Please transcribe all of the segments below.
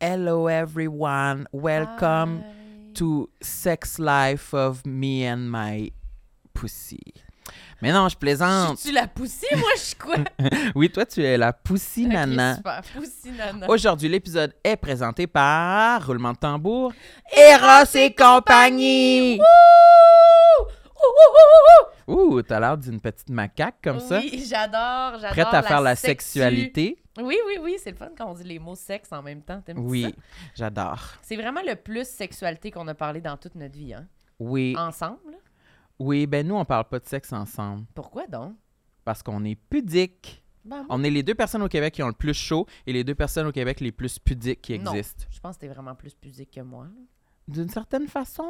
Hello everyone, welcome to Sex Life of Me and My Pussy. Mais non, je plaisante. Je suis la poussie, moi je suis quoi? Oui, toi tu es la Pussy Nana. Super, poussie Nana. Aujourd'hui, l'épisode est présenté par, roulement de tambour, Eros et compagnie! Ouh, t'as l'air d'une petite macaque comme ça. Oui, j'adore. Prête à faire la sexualité. Oui, c'est le fun quand on dit les mots sexe en même temps. T'aimes Oui, ça? j'adore. C'est vraiment le plus sexualité qu'on a parlé dans toute notre vie, hein? Oui. Ensemble? Oui, ben nous, on parle pas de sexe ensemble. Pourquoi donc? Parce qu'on est pudique. Ben, On est les deux personnes au Québec qui ont le plus chaud et les deux personnes au Québec les plus pudiques qui non, existent. je pense que t'es vraiment plus pudique que moi. D'une certaine façon...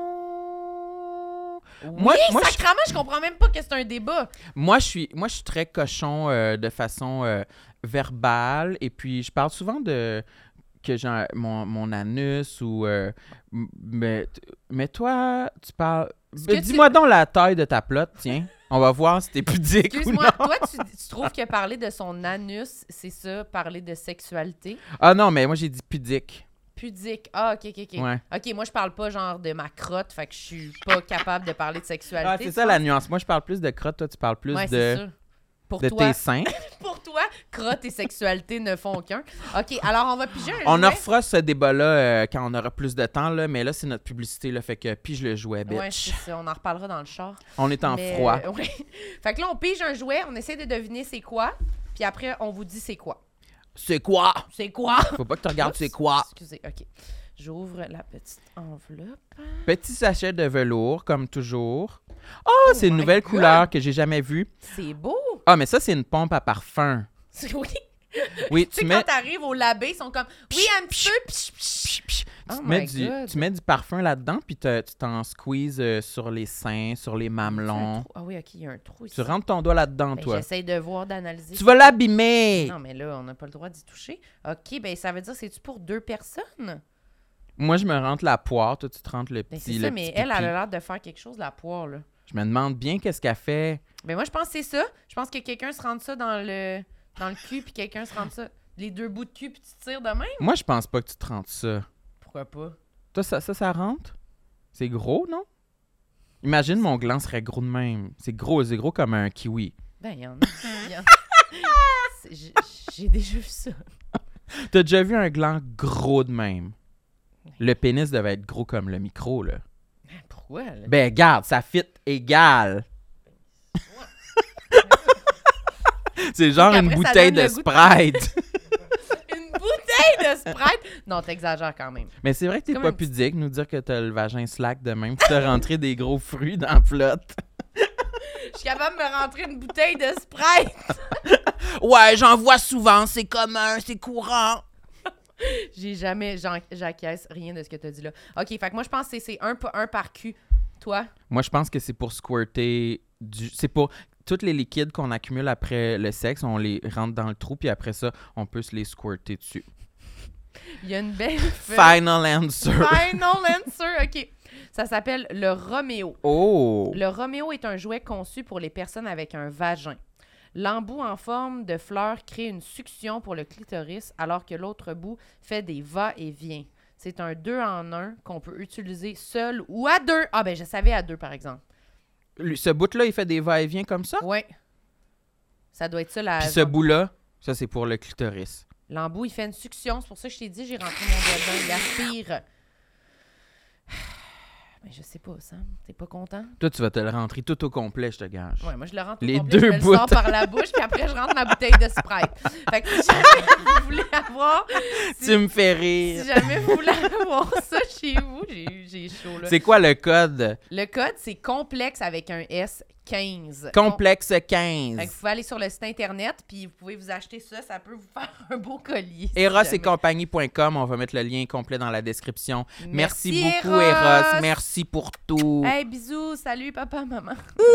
Oui, sacrément, je comprends même pas que c'est un débat. Moi, je suis très cochon de façon verbale et puis je parle souvent de que j'ai mon anus ou... mais toi, tu parles... Dis-moi donc la taille de ta plotte, tiens. On va voir si t'es pudique ou non. Excuse-moi, toi, tu trouves que parler de son anus, c'est ça, parler de sexualité? Ah non, mais moi, j'ai dit pudique. Pudique. Ah, OK. Ouais. OK, moi, je parle pas genre de ma crotte, fait que je suis pas capable de parler de sexualité. Ah, c'est ça la nuance. Moi, je parle plus de crotte, toi, tu parles plus ouais, c'est ça. de tes seins. Pour toi, crotte et sexualité ne font qu'un. OK, alors on va piger un On jouet. en refera ce débat-là quand on aura plus de temps, là, mais là, c'est notre publicité, là, fait que pige le jouet, bitch. Ouais, c'est ça, on en reparlera dans le char. On est en froid. Ouais. Fait que là, on pige un jouet, on essaie de deviner c'est quoi, puis après, on vous dit c'est quoi. C'est quoi? C'est quoi? Faut pas que tu regardes Oups, c'est quoi. Excusez, OK. J'ouvre la petite enveloppe. Petit sachet de velours, comme toujours. Oh, c'est une my nouvelle God. couleur que j'ai jamais vue. C'est beau! Ah, mais ça, c'est une pompe à parfum. Oui. Oui, Tu sais, quand t'arrives au labé, ils sont comme « Oui, un petit peu! » Oh my God. Tu mets du parfum là-dedans, puis tu t'en squeezes sur les seins, sur les mamelons. Ah oui, OK, il y a un trou ici. Tu rentres ton doigt là-dedans, Ben, toi. j'essaie de voir, d'analyser. Tu vas l'abîmer! Non, mais là, on n'a pas le droit d'y toucher. OK, ben ça veut dire, c'est-tu pour 2 personnes? Moi, je me rentre la poire, toi, tu te rentres le Ben, petit c'est ça, le mais petit elle a pipi. l'air de faire quelque chose, la poire, là. Je me demande bien qu'est-ce qu'elle fait. Ben moi, je pense que c'est ça. Je pense que quelqu'un se rentre ça dans le cul, puis quelqu'un se rentre ça... Les 2 bouts de cul, puis tu tires de même? Moi, je pense pas que tu te rentres ça. Pourquoi pas? Toi, ça rentre? C'est gros, non? Imagine mon gland serait gros de même. C'est gros comme un kiwi. Ben, il y en a. J'ai déjà vu ça. T'as déjà vu un gland gros de même? Le pénis devait être gros comme le micro, là. Pourquoi? Là? Ben, garde, ça fit égal. C'est genre Donc une après, ça bouteille donne de le goût Sprite. Une bouteille de Sprite? Non, t'exagères quand même. Mais c'est vrai que t'es Comme pas un petit- pudique, nous dire que t'as le vagin slack de même, puis t'as rentré des gros fruits dans la flotte. Je suis capable de me rentrer une bouteille de Sprite. Ouais, j'en vois souvent, c'est commun, c'est courant. J'ai jamais... J'acquiesce rien de ce que t'as dit là. OK, fait que moi, je pense que c'est un par cul. Toi? Moi, je pense que c'est pour squirter c'est pour... Tous les liquides qu'on accumule après le sexe, on les rentre dans le trou, puis après ça, on peut se les squirter dessus. Il y a une belle... Final answer. Final answer, OK. Ça s'appelle le Roméo. Oh! Le Roméo est un jouet conçu pour les personnes avec un vagin. L'embout en forme de fleur crée une succion pour le clitoris, alors que l'autre bout fait des va-et-vient. C'est un 2 en 1 qu'on peut utiliser seul ou à 2. Ah ben, je savais à 2, par exemple. Ce bout-là, il fait des va-et-vient comme ça? Oui. Ça doit être ça, la... Puis ce bout-là, ça, c'est pour le clitoris. L'embout, il fait une succion. C'est pour ça que je t'ai dit, j'ai rentré mon doigt dedans. Il aspire. Mais je sais pas, Sam. T'es pas content? Toi, tu vas te le rentrer tout au complet, je te gage. Ouais, moi, je le rentre Les au complet, deux je me le bouts. sors par la bouche, puis après, je rentre ma bouteille de Sprite. Fait que si jamais vous voulez avoir... Tu me fais rire. Si jamais vous voulez avoir ça chez vous, j'ai chaud, là. C'est quoi le code? Le code, c'est complexe avec un S 15. Complexe Fait que 15. vous pouvez aller sur le site Internet, puis vous pouvez vous acheter ça. Ça peut vous faire un beau collier. si Eros jamais. et compagnie.com, on va mettre le lien complet dans la description. Merci beaucoup, Eros. Eros. Merci pour tout. Hey, bisous. Salut, papa, maman.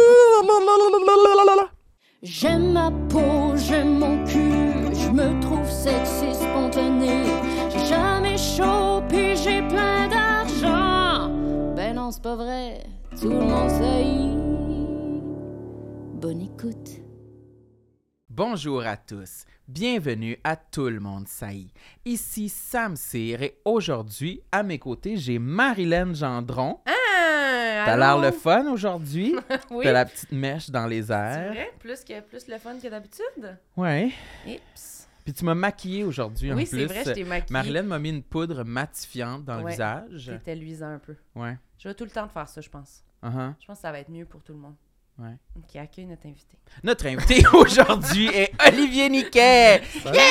J'aime ma peau, j'aime mon cul, je me trouve sexy spontané. J'ai jamais chaud, puis j'ai plein d'argent. Ben non, c'est pas vrai, tout le monde sait. Bonne écoute. Bonjour à tous, bienvenue à Tout le monde saillit. Ici Sam Cyr et aujourd'hui, à mes côtés, j'ai Marilyn Gendron. T'as l'air le fun aujourd'hui. Oui. T'as la petite mèche dans les C'est airs. vrai? Plus le fun que d'habitude? Ouais. Ips. Puis tu m'as maquillée aujourd'hui en Oui, plus. c'est vrai, je t'ai maquillée. Marilyn m'a mis une poudre matifiante dans le Ouais. visage. T'étais luisant un peu. Ouais. Je vais tout le temps de faire ça, je pense. Uh-huh. Je pense que ça va être mieux pour tout le monde. Ouais. OK, accueille notre invité. Notre invité aujourd'hui est Olivier Niquet.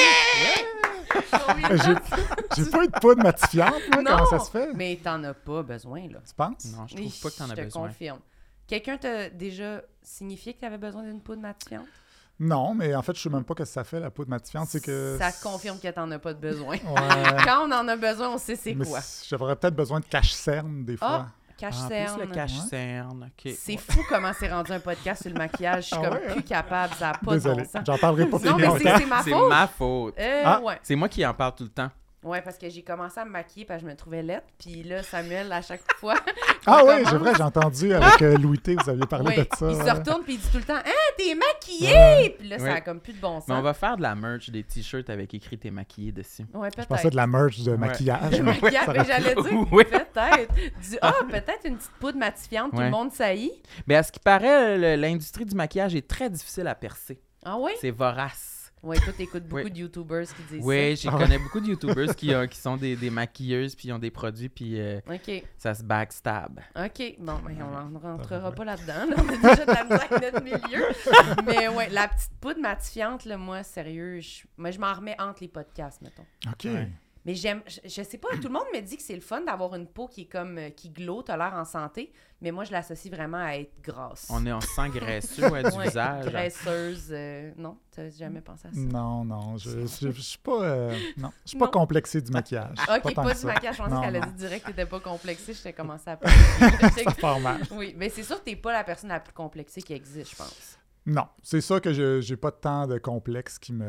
J'ai pas eu de poudre matifiante, moi, Non, comment ça se fait? mais t'en as pas besoin, là. Tu penses? Non, je trouve pas que t'en as Je te besoin. confirme. Quelqu'un t'a déjà signifié que t'avais besoin d'une poudre matifiante? Non, mais en fait, je sais même pas ce que ça fait, la poudre matifiante. C'est que... Ça confirme que t'en as pas de besoin. Ouais. Quand on en a besoin, on sait c'est Mais quoi. j'aurais peut-être besoin de cache-cerne, des fois. Cache-cerne. En plus, le cache-cerne. OK. C'est fou comment c'est rendu un podcast sur le maquillage. Je suis Ah comme ouais, hein? plus capable. Ça n'a pas Désolé, de bon sens. j'en parlerai pas plus Non, mais longtemps. c'est ma C'est faute. ma faute. Ouais. C'est moi qui en parle tout le temps. Ouais, parce que j'ai commencé à me maquiller parce que je me trouvais laide. Puis là, Samuel, à chaque fois. Ah qu'on oui, commence- c'est vrai, j'ai entendu avec Louis T, vous aviez parlé Ouais, de ça. il se ouais. retourne puis il dit tout le temps « Ah, t'es maquillée! Ouais. Puis là, ça Ouais. a comme plus de bon sens. Mais on va faire de la merch, des t-shirts avec écrit « T'es maquillé » dessus. Ouais, Je peut-être. pensais de la merch de maquillage. Du maquillage, Ça mais aurait pu. j'allais dire Oui. peut-être. Peut-être une petite poudre matifiante, tout Ouais. le monde saillit. Mais à ce qui paraît, l'industrie du maquillage est très difficile à percer. Ah oui? C'est vorace. Oui, toi, t'écoutes beaucoup Oui. de YouTubers qui disent Oui, ça. je connais beaucoup de YouTubers qui sont des maquilleuses, puis ils ont des produits, puis OK. ça se backstab. OK. Bon, ben, on ne rentrera pas là-dedans. Là. On a déjà de la misère avec notre milieu. Mais ouais, la petite poudre matifiante, là, moi, sérieux, moi, je m'en remets entre les podcasts, mettons. OK. Ouais. Mais j'aime, je sais pas, tout le monde me dit que c'est le fun d'avoir une peau qui est comme, qui glow, t'as l'air en santé, mais moi, je l'associe vraiment à être grasse. On se sent graisseux du Ouais, visage. graisseuse. Non, t'as jamais pensé à ça? Non, je suis pas, non, je suis pas Non. complexé du maquillage. Ok, tant pas que du ça. maquillage. Je pensais Non, qu'elle a non. dit direct que t'étais pas complexée. Je t'ai commencé à Ça part mal. Oui, mais c'est sûr que t'es pas la personne la plus complexée qui existe, je pense. Non, c'est ça que j'ai pas tant de complexe qui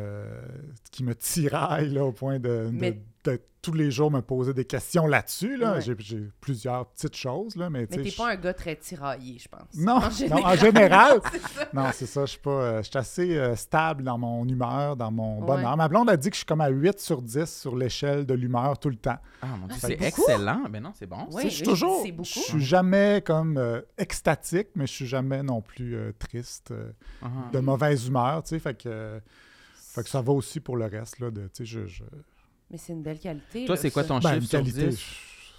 me tiraille là, au point de tous les jours me poser des questions là-dessus. Là. Ouais. J'ai plusieurs petites choses, là, mais Mais tu t'es sais, pas un gars très tiraillé, je pense. Non, En en général. c'est ça. Non, c'est ça, je suis pas. Je suis assez stable dans mon humeur, dans mon Ouais. bonheur. Ma blonde a dit que je suis comme à 8 sur 10 sur l'échelle de l'humeur tout le temps. Ah mon Dieu, c'est c'est beaucoup. excellent. Ben non, c'est bon. Oui, Tu sais, je suis oui, toujours. c'est beaucoup. Je suis jamais comme extatique, mais je suis jamais non plus triste, Uh-huh. de mauvaise humeur, tu sais. Fait que ça va aussi pour le reste, là, de, tu sais, Mais c'est une belle qualité. Toi, là, c'est quoi ça. ton Ben, chiffre une sur qualité. 10?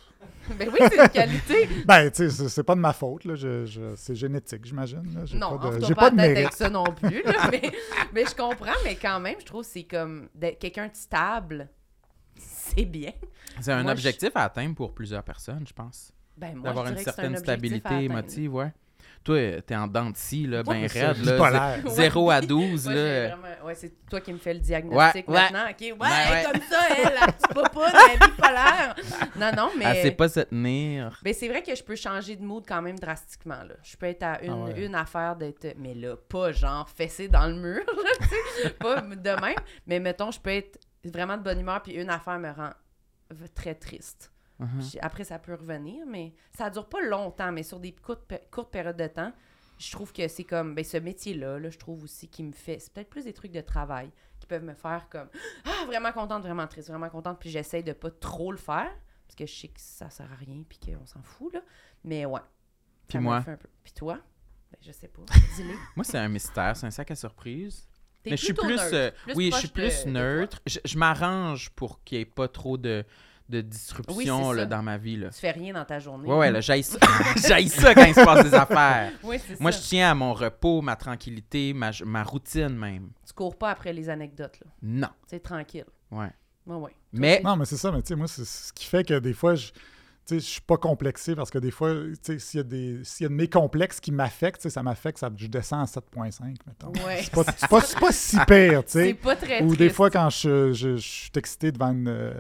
Ben oui, c'est une qualité. Ben, tu sais, c'est pas de ma faute, là. C'est génétique, j'imagine. Là. J'ai Non, pas de, on j'ai pas pas de la tête mérite. avec ça non plus. Là, mais je comprends, mais quand même, je trouve que c'est comme quelqu'un de stable. C'est bien. C'est un Moi, objectif à atteindre pour plusieurs personnes, je pense. Ben, moi, D'avoir je une dirais que c'est un certaine objectif à stabilité atteindre. émotive, ouais. Toi, t'es en dents de scie, là, ben C'est raide, là. bipolaire. 0 à 12, Moi, là. j'ai vraiment... Ouais, c'est toi qui me fais le diagnostic Ouais, maintenant. OK, ouais, elle est ouais. comme ça, elle, la petite popoune, elle est bipolaire. Non, mais... Elle sait pas se tenir. Ben, c'est vrai que je peux changer de mood quand même drastiquement, là. Je peux être à ouais. une affaire d'être... Mais là, pas genre fessée dans le mur, là, tu sais. Pas de même. Mais mettons, je peux être vraiment de bonne humeur, puis une affaire me rend très triste. Uh-huh. Après, ça peut revenir, mais ça dure pas longtemps, mais sur des courtes périodes de temps, je trouve que c'est comme, ben ce métier-là, là, je trouve aussi qui me fait, c'est peut-être plus des trucs de travail qui peuvent me faire comme, ah, vraiment contente, vraiment triste, vraiment contente, puis j'essaye de pas trop le faire, parce que je sais que ça sert à rien, puis qu'on s'en fout, là, mais ouais. Puis Ça me moi? le fait un peu. Puis toi? Ben, je sais pas, dis-le. Moi, c'est un mystère, c'est un sac à surprise. T'es Mais je suis plutôt plus, neutre, oui, je proche suis plus de neutre. Je m'arrange pour qu'il n'y ait pas trop de disruption Oui, c'est là, ça. dans ma vie. Là. Tu fais rien dans ta journée. Ouais, là, j'haïs j'haïs ça quand il se passe des affaires. Oui, c'est Moi, ça. je tiens à mon repos, ma tranquillité, ma routine même. Tu cours pas après les anecdotes, là. Non. C'est tranquille. Ouais. Ouais. Mais, Non, mais c'est ça, mais tu sais, moi, c'est ce qui fait que des fois, tu sais, je suis pas complexé parce que des fois, tu sais, s'il y a de mes complexes qui m'affectent, tu sais, ça m'affecte, je descends à 7,5, mettons. Ouais. C'est pas si pire, tu C'est sais. pas très Ou triste. des fois, quand je suis excité devant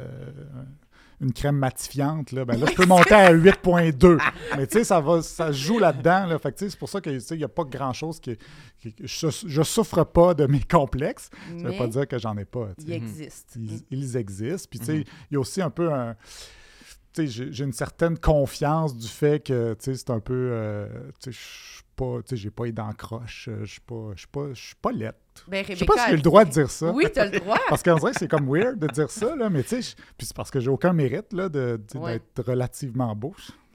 une crème matifiante, là, ben là, je peux monter à 8,2. Mais tu sais, ça joue là-dedans. Là. Fait que, tu sais, c'est pour ça qu'il n'y a pas grand-chose je souffre pas de mes complexes. Ça ne veut Mais pas dire que j'en ai pas. Tu il sais. existe. Ils existent. Puis, tu sais, il y a aussi un peu un... Tu sais, j'ai une certaine confiance du fait que, tu sais, c'est un peu... tu sais, je suis pas, tu sais, j'ai pas les dents croches, je suis pas laide. Ben, Je sais pas si j'ai le droit de dire ça. Oui, t'as le droit. Parce qu'on dirait que c'est comme weird de dire ça, là, mais tu sais, puis c'est parce que j'ai aucun mérite là, d'être relativement beau.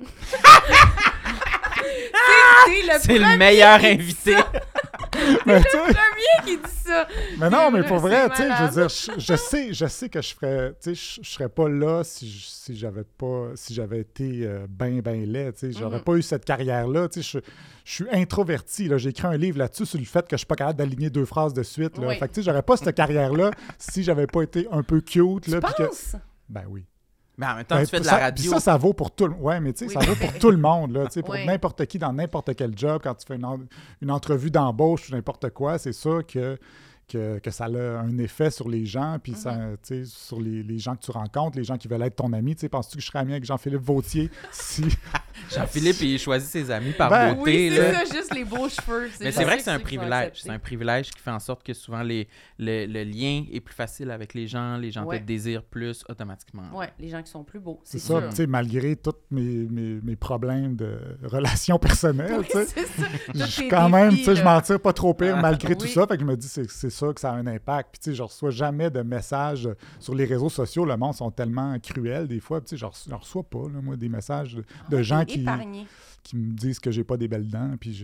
C'est le meilleur invité. Mais, C'est le premier qui dit ça. mais non, mais pour vrai, tu sais, malade. je veux dire, je sais que je ferais, tu sais, je serais pas là si j'avais été ben laid, tu sais, j'aurais pas eu cette carrière-là, tu sais, je suis introverti, là, j'ai écrit un livre là-dessus sur le fait que je suis pas capable d'aligner 2 phrases de suite, là, Oui. fait que tu sais, j'aurais pas cette carrière-là si j'avais pas été un peu cute, là, Tu puis que, penses? ben oui. Mais en même temps, Ben, tu fais de ça, la puis radio. ça vaut pour tout le monde. Ouais, mais tu sais, Oui. ça vaut pour tout le monde, là, tu sais, pour Oui. n'importe qui, dans n'importe quel job, quand tu fais une entrevue d'embauche ou n'importe quoi, c'est sûr que ça a un effet sur les gens, puis ça, tu sais, sur les gens que tu rencontres, les gens qui veulent être ton ami. Tu sais, penses-tu que je serais ami avec Jean-Philippe Vautier si... Jean-Philippe, il choisit ses amis par Ben, beauté. Oui, là. c'est ça, juste les beaux cheveux. Mais c'est vrai que c'est un ceux qui vont privilège. accepter. C'est un privilège qui fait en sorte que souvent le lien est plus facile avec les gens Ouais. te désirent plus automatiquement. Ouais, les gens qui sont plus beaux, C'est c'est ça, sûr. tu sais, malgré tous mes problèmes de relations personnelles, Oui, tu sais. c'est ça. Je Tous suis tes quand même, défis, tu sais, je là. m'en tire pas trop pire malgré tout Oui. ça. Fait que je me dis, c'est sûr que ça a un impact. Puis, tu sais, je reçois jamais de messages sur les réseaux sociaux. Le monde sont tellement cruels des fois. Puis, tu sais, j'en reçois pas, là, moi, des messages de gens Épargné. qui me disent que j'ai pas des belles dents, puis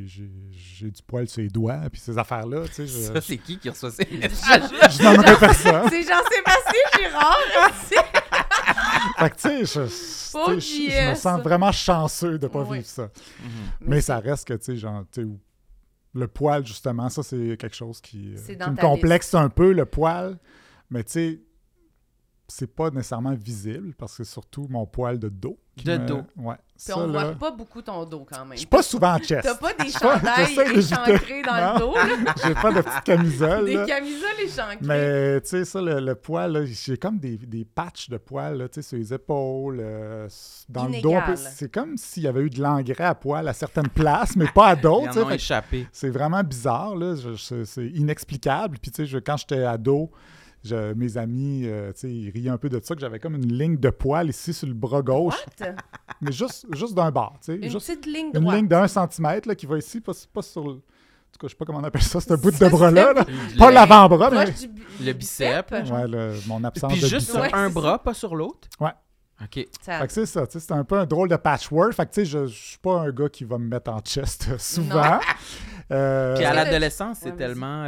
j'ai du poil sur les doigts, puis ces affaires-là, tu sais. Ça, c'est qui reçoit ces messages? Je nommerai personne. C'est Jean-Sébastien Girard. Fait que, tu sais, Pauvre je me JS. sens vraiment chanceux de pas Oui. vivre ça. Mhm. Mais ça reste que, tu sais, genre, tu sais, le poil, justement, ça, c'est quelque chose qui C'est dans me ta complexe un peu, le poil. Mais, tu sais, c'est pas nécessairement visible, parce que c'est surtout mon poil de dos. Dos. Ouais. Puis Ça, on là, voit pas beaucoup ton dos quand même. je suis pas souvent en chest. T'as pas des pas- chandails j'essaie d'éviter. échancrés dans Non. le dos, là. J'ai pas de petite camisole, Des là. camisoles échancrées. Mais, tu sais, ça, le poil, là, j'ai comme des patchs de poil, là, tu sais, sur les épaules, dans le dos. un peu. Inégal. C'est comme s'il y avait eu de l'engrais à poil à certaines places, mais pas à d'autres, Ils tu sais. en ont Fait que échappé. c'est vraiment bizarre, là. C'est inexplicable. Puis, tu sais, quand j'étais ado, mes amis, tu sais, ils riaient un peu de ça, que j'avais comme une ligne de poil ici sur le bras gauche, What? mais juste d'un bord, tu sais. Une Juste petite ligne une droite. ligne d'1 centimètre, là, qui va ici, pas sur le... En tout cas, je sais pas comment on appelle ça, ce bout Ça, de bras-là, là. Le- Pas l'avant-bras, mais... Proche Le bicep. Ouais, mon absence Puis de juste sur bicep. Ouais, un c'est bras, pas sur l'autre? Ouais. OK. Ça- Fait que c'est ça, tu sais, c'est un peu un drôle de patchwork. Fait que, tu sais, je suis pas un gars qui va me mettre en chest souvent. Puis à Est-ce que l'adolescence, c'est Ouais, tellement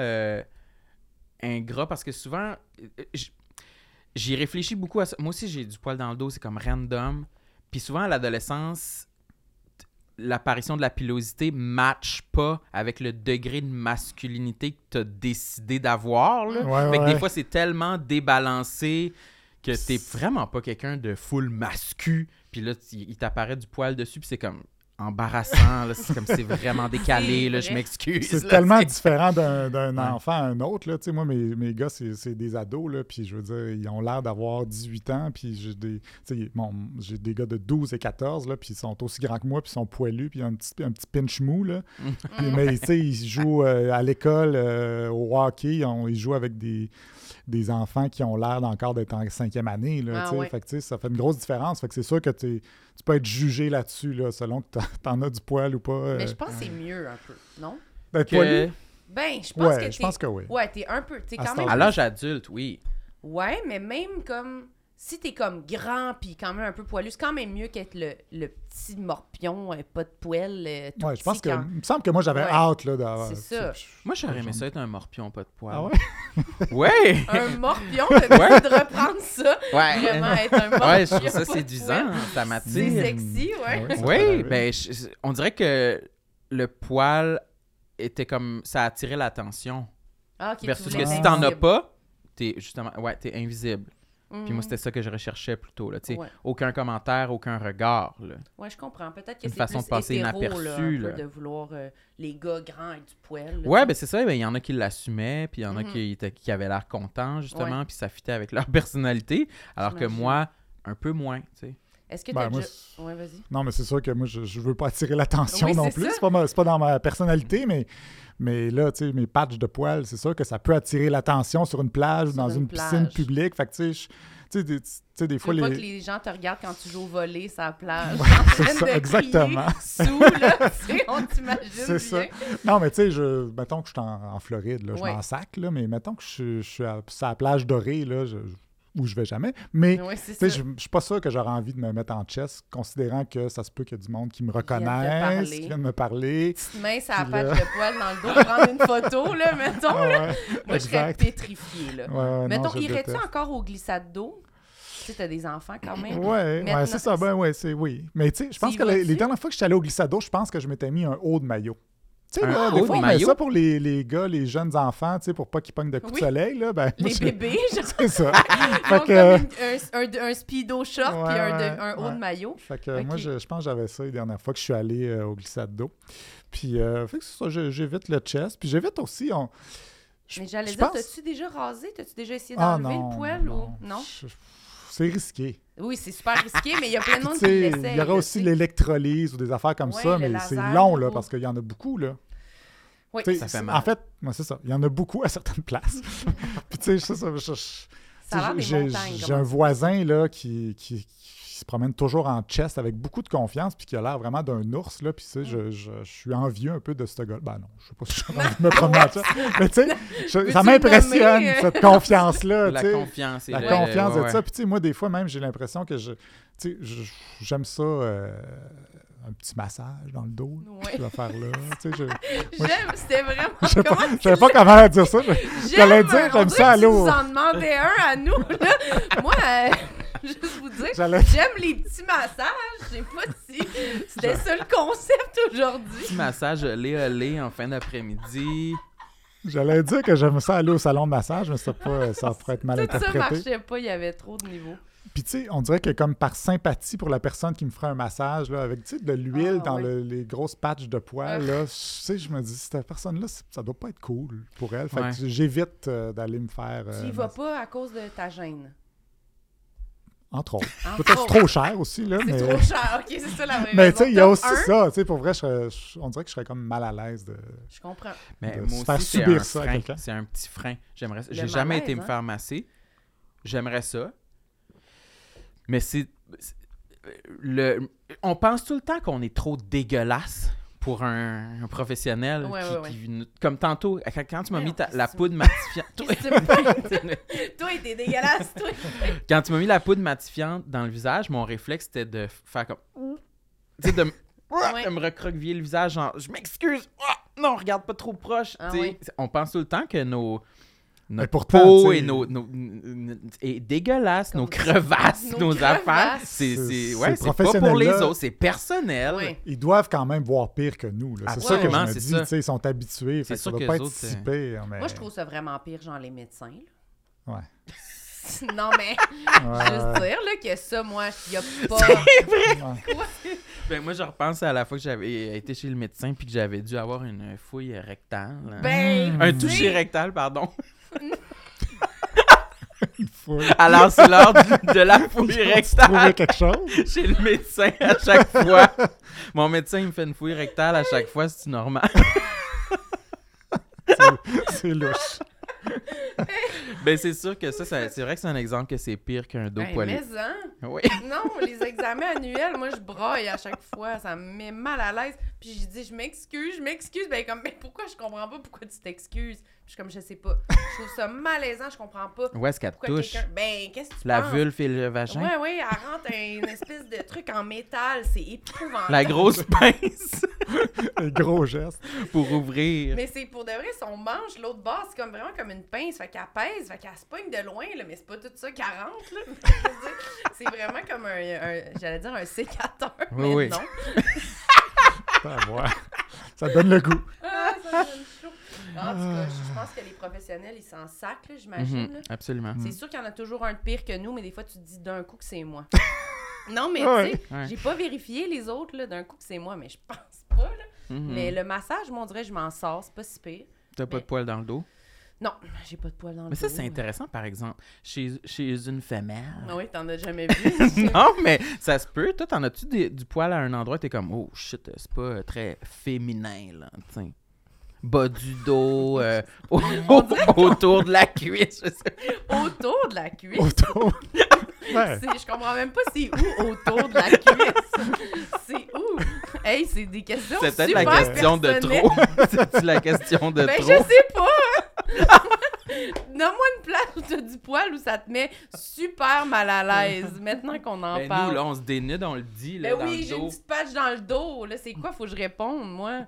ingrat parce que souvent, j'y réfléchis beaucoup à ça. Moi aussi, j'ai du poil dans le dos, c'est comme random. Puis souvent, à l'adolescence, l'apparition de la pilosité matche pas avec le degré de masculinité que tu as décidé d'avoir. Là. Ouais, Fait que ouais. des fois, c'est tellement débalancé que t'es vraiment pas quelqu'un de full mascu. Puis là, il t'apparaît du poil dessus, puis c'est comme embarrassant. Là. C'est comme c'est vraiment décalé. C'est Là, je vrai. m'excuse. C'est là, tellement t'sais. différent d'un Ouais. enfant à un autre. Là. Tu sais, moi, mes gars, c'est des ados. Là, puis je veux dire, ils ont l'air d'avoir 18 ans. Puis j'ai des gars de 12 et 14. Là, puis ils sont aussi grands que moi. Puis ils sont poilus. Puis ils ont un petit pinch mou. Là. Puis, mais tu sais, ils jouent à l'école, au hockey. Ils jouent avec des enfants qui ont l'air encore d'être en 5e année. Là, Ah, tu sais. ouais. Fait que, tu sais, ça fait une grosse différence. Fait que c'est sûr que tu peux être jugé là-dessus, là, selon que t'en as du poil ou pas. Mais je pense que c'est mieux un peu, non? D'être Que- poilu? Ben, je pense Ouais, que je pense que oui. Ouais, t'es un peu... T'es À quand cet même... À l'âge adulte, oui. Ouais, mais même comme... Si t'es comme grand puis quand même un peu poilu, c'est quand même mieux qu'être le petit morpion, pas de poil, tout Ouais, je pense petit que. quand- Il me semble que moi, j'avais Ouais. hâte là, d'avoir. C'est ça. Moi, j'aurais aimé ça être un morpion, pas de poil. Ah ouais? Ouais! Un morpion, t'as décidé de reprendre ça. Ouais! Vraiment être un morpion. Ouais, je trouve ça pas de séduisant, poil. ça C'est m'attire. sexy, ouais. Ah ouais, ça Oui, fait ben, on dirait que le poil était comme... Ça attirait l'attention. Ah, ok, tu Versus voulais que si être t'en as invisible. pas, t'es justement... Ouais, t'es invisible. Mhm. Puis moi, c'était ça que je recherchais plutôt, là. Tu sais, Ouais. aucun commentaire, aucun regard, là. Ouais, je comprends. Peut-être que Une c'est façon plus de passer hétéro, inaperçu, là, un peu là. de vouloir les gars grands avec du poil. là, Ouais, tu ben c'est ça. Ben, il y en a qui l'assumaient, puis il y en a Mhm. qui avaient l'air contents, justement, puis ça fitait avec leur personnalité. Alors que J'imagine. moi, un peu moins, tu sais. sais. Est-ce que Ben, t'as moi, déjà... Ouais, vas-y. Non, mais c'est sûr que moi, je veux pas attirer l'attention Oui, non c'est plus. ça. C'est pas dans ma personnalité, mais là, tu sais, mes patchs de poils, c'est sûr que ça peut attirer l'attention sur une plage ou Sur dans une une piscine plage. publique. Fait que, tu sais, des fois, Tu veux pas que les gens te regardent quand tu joues au volley sur la plage. Ouais, c'est ça, exactement. Sous, là, tu sais, on t'imagine C'est bien. ça. Non, mais tu sais, mettons que je suis en Floride, là, je Ouais. m'en sac, là, mais mettons que je suis sur la plage dorée, là, où je vais jamais. Mais Ouais, c'est tu sais, ça. je suis pas sûr que j'aurais envie de me mettre en chess, considérant que ça se peut qu'il y a du monde qui me Vienne te reconnaisse, parler. qui vienne me parler. Petite main sur la Puis patte là- de poil dans le dos, prendre une photo, là, mettons. Ah Là. ouais, Moi, je serais exact. pétrifiée, là. Ouais, Mettons, non, je irais-tu déteste. encore aux glissades d'eau? Tu sais, t'as des enfants quand même. Ouais, Maintenant, c'est ça. Ben ouais, oui. Mais tu sais, je pense y que les vas-tu? dernières fois que je suis allé au glissade d'eau, je pense que je m'étais mis un haut de maillot. Tu sais, Un là, haut des de fois, on met maillot? ça pour les gars, les jeunes enfants, tu sais, pour pas qu'ils pognent de coups Oui. de soleil, là. Ben, moi, Les bébés, genre, c'est ça. ils Fait ont que- comme un speedo short Ouais, puis ouais, un haut ouais. de maillot. Fait que Ok. moi, je pense que j'avais ça les dernières fois que je suis allé au glissade d'eau. Puis, fait que c'est ça, j'évite le chest. Puis j'évite aussi, Mais j'allais je dire, pense- t'as-tu déjà rasé? T'as-tu déjà essayé Ah d'enlever non, le poil non. ou non? C'est risqué. Oui, c'est super risqué, mais il y a plein de Puis, monde tu qui sais, l'essaye. il y aura là, aussi tu sais. l'électrolyse ou des affaires comme Ouais, ça, le mais c'est laser, long, là, ou- parce qu'il y en a beaucoup, là. Oui, Tu sais, Ça fait mal. En fait, moi, c'est ça. Il y en a beaucoup à certaines places. Puis, tu sais, ça, ça a l'air des j'ai montagnes. j'ai comment un ça. voisin, là, qui se promène toujours en chest avec beaucoup de confiance, puis qui a l'air vraiment d'un ours, là. Puis, tu sais, je suis envieux un peu de ce gars. Ben non, je sais pas si j'ai envie de me promener en chest. Mais, tu sais, ça Veux-tu le m'impressionne, nommer? cette confiance-là. La tu sais. confiance. et La le- confiance ouais, de ouais. ça. Puis, tu sais, moi, des fois, même, j'ai l'impression que j'aime ça, un petit massage dans le dos, là, Ouais. cette affaire-là. Tu sais, J'aime, c'était vraiment. je sais pas, comment je savais pas comment dire ça. J'allais dire, on j'aime dirait ça, que allô. Tu nous en demandais un à nous, là. Moi, juste vous dire, J'allais j'aime les petits massages. Je sais pas si c'était ça le concept aujourd'hui. Petit massage olé en fin d'après-midi. J'allais dire que j'aime ça aller au salon de massage, mais ça pourrait être mal Tout ça interprété. marchait pas, il y avait trop de niveaux. Puis tu sais, on dirait que comme par sympathie pour la personne qui me ferait un massage, là, avec tu sais, de l'huile Ah, dans ouais. les grosses patchs de poils, là, tu sais, je me dis, cette personne-là, ça doit pas être cool pour elle. Fait Ouais. que j'évite d'aller me faire... Tu y vas pas à cause de ta gêne. Entre autres. Entre Peut-être autres. trop cher aussi, là, C'est mais... trop cher. OK, c'est ça la vraie Mais raison. tu sais, il y a Top aussi un, ça. Tu sais, pour vrai, on dirait que je serais comme mal à l'aise de... Je comprends. Mais de moi se faire aussi, c'est subir un ça à frein. quelqu'un. C'est un petit frein. J'ai Le jamais malaise, été me hein. faire masser. J'aimerais ça. Mais on pense tout le temps qu'on est trop dégueulasse pour un professionnel. Ouais, Comme tantôt, quand tu m'as Mais mis non, la qu'est-ce que poudre matifiante. Qu'est-ce que tu me fais? Toi, t'es dégueulasse, toi. Quand tu m'as mis la poudre matifiante dans le visage, mon réflexe c'était de faire comme. Tu sais, de me recroqueviller le visage, genre, je m'excuse, non, regarde pas trop proche. Ah Tu sais, ouais. On pense tout le temps que notre pourtant, peau tu sais, est dégueulasse, Comme nos crevasses, nos nos crevasses. affaires. C'est C'est pas pour les professionnel-là. autres, c'est personnel. Oui. Ils doivent quand même voir pire que nous. là. C'est ça que je Absolument, me c'est dis. ça. Tu sais, ils sont habitués. C'est Fait que ça sûr doit que pas les être autres, si pire. Mais... Moi, je trouve ça vraiment pire, genre les médecins. Là. Ouais. Non, mais Ouais. juste dire là, que ça, moi, il n'y a pas. Ouais. Quoi? Ben, moi, je repense à la fois que j'avais été chez le médecin puis que j'avais dû avoir une fouille rectale. Ben, Un tu toucher sais, rectal, pardon. Une foule. Alors, c'est l'heure de la fouille Trouver rectale quelque chose. chez le médecin à chaque fois. Mon médecin, il me fait une fouille rectale à chaque fois, c'est normal. C'est louche. Ben, c'est sûr que ça, c'est vrai que c'est un exemple que c'est pire qu'un dos ben, poilu. mais hein? Oui. Non, les examens annuels, moi, je braille à chaque fois. Ça me met mal à l'aise. Puis je dis, je m'excuse. Ben, comme, mais pourquoi je comprends pas pourquoi tu t'excuses? Puis je suis comme, je sais pas. Je trouve ça malaisant, je comprends pas. Où est-ce qu'elle te Pourquoi touche? quelqu'un. Ben, qu'est-ce que tu La penses? vulve et le vagin? Ouais, elle rentre une espèce de truc en métal. C'est épouvantable. La grosse pince Un gros geste. pour ouvrir. Mais c'est pour de vrai, son manche, l'autre bas, c'est comme vraiment comme une pince. Fait qu'elle pèse, fait qu'elle se pogne de loin, là, mais c'est pas tout ça 40, là. Je veux dire, c'est vraiment comme j'allais dire un sécateur, Oui, mais oui. non. Ça donne le goût. Ah, ça me donne chaud. En tout cas, je pense que les professionnels, ils s'en sacent, là, j'imagine. Mhm, là. absolument. C'est sûr qu'il y en a toujours un de pire que nous, mais des fois, tu te dis d'un coup que c'est moi. Non, mais Ouais. tu sais, Ouais. j'ai pas vérifié les autres, là, d'un coup que c'est moi, mais je pense pas, là. Mhm. Mais le massage, moi, on dirait que je m'en sors, c'est pas si pire. T'as pas mais- de poils dans le dos? Non, j'ai pas de poils dans le Mais ça, dos. c'est intéressant, par exemple. Chez une femelle. Ah oui, t'en as jamais vu. Non, mais ça se peut. Toi, t'en as-tu du poil à un endroit, t'es comme, oh shit, c'est pas très féminin, là, t'sais. Bas du dos, autour de la cuisse, je sais pas. Autour de la cuisse. Autour. Ouais. Je comprends même pas c'est où autour de la cuisse. C'est où? Hey, c'est des questions C'est peut-être super la question de personnelles. trop. C'est-tu la question de Ben, trop? je sais pas. Donne-moi une place où t'as du poil où ça te met super mal à l'aise. Maintenant qu'on en Ben, parle. nous, là, on se dénude, on le dit, là, Ben dans oui, le j'ai une dos. petite patch dans le dos. Là, c'est quoi? Faut que je réponde, moi.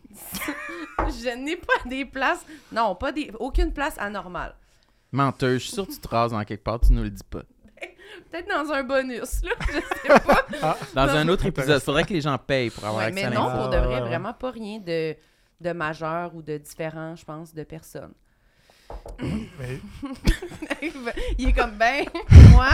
Je n'ai pas des places... Non, aucune place anormale. Menteuse, je suis sûre que tu te rases en quelque part, tu nous le dis pas. Peut-être dans un bonus, là. Je sais pas. Dans Non. un autre épisode, faudrait que les gens payent pour avoir Ouais, accès mais à non, l'info. pour de vrai, ouais. vraiment pas rien de majeur ou de différent, je pense, de personne. Mais- Il est comme, ben, moi...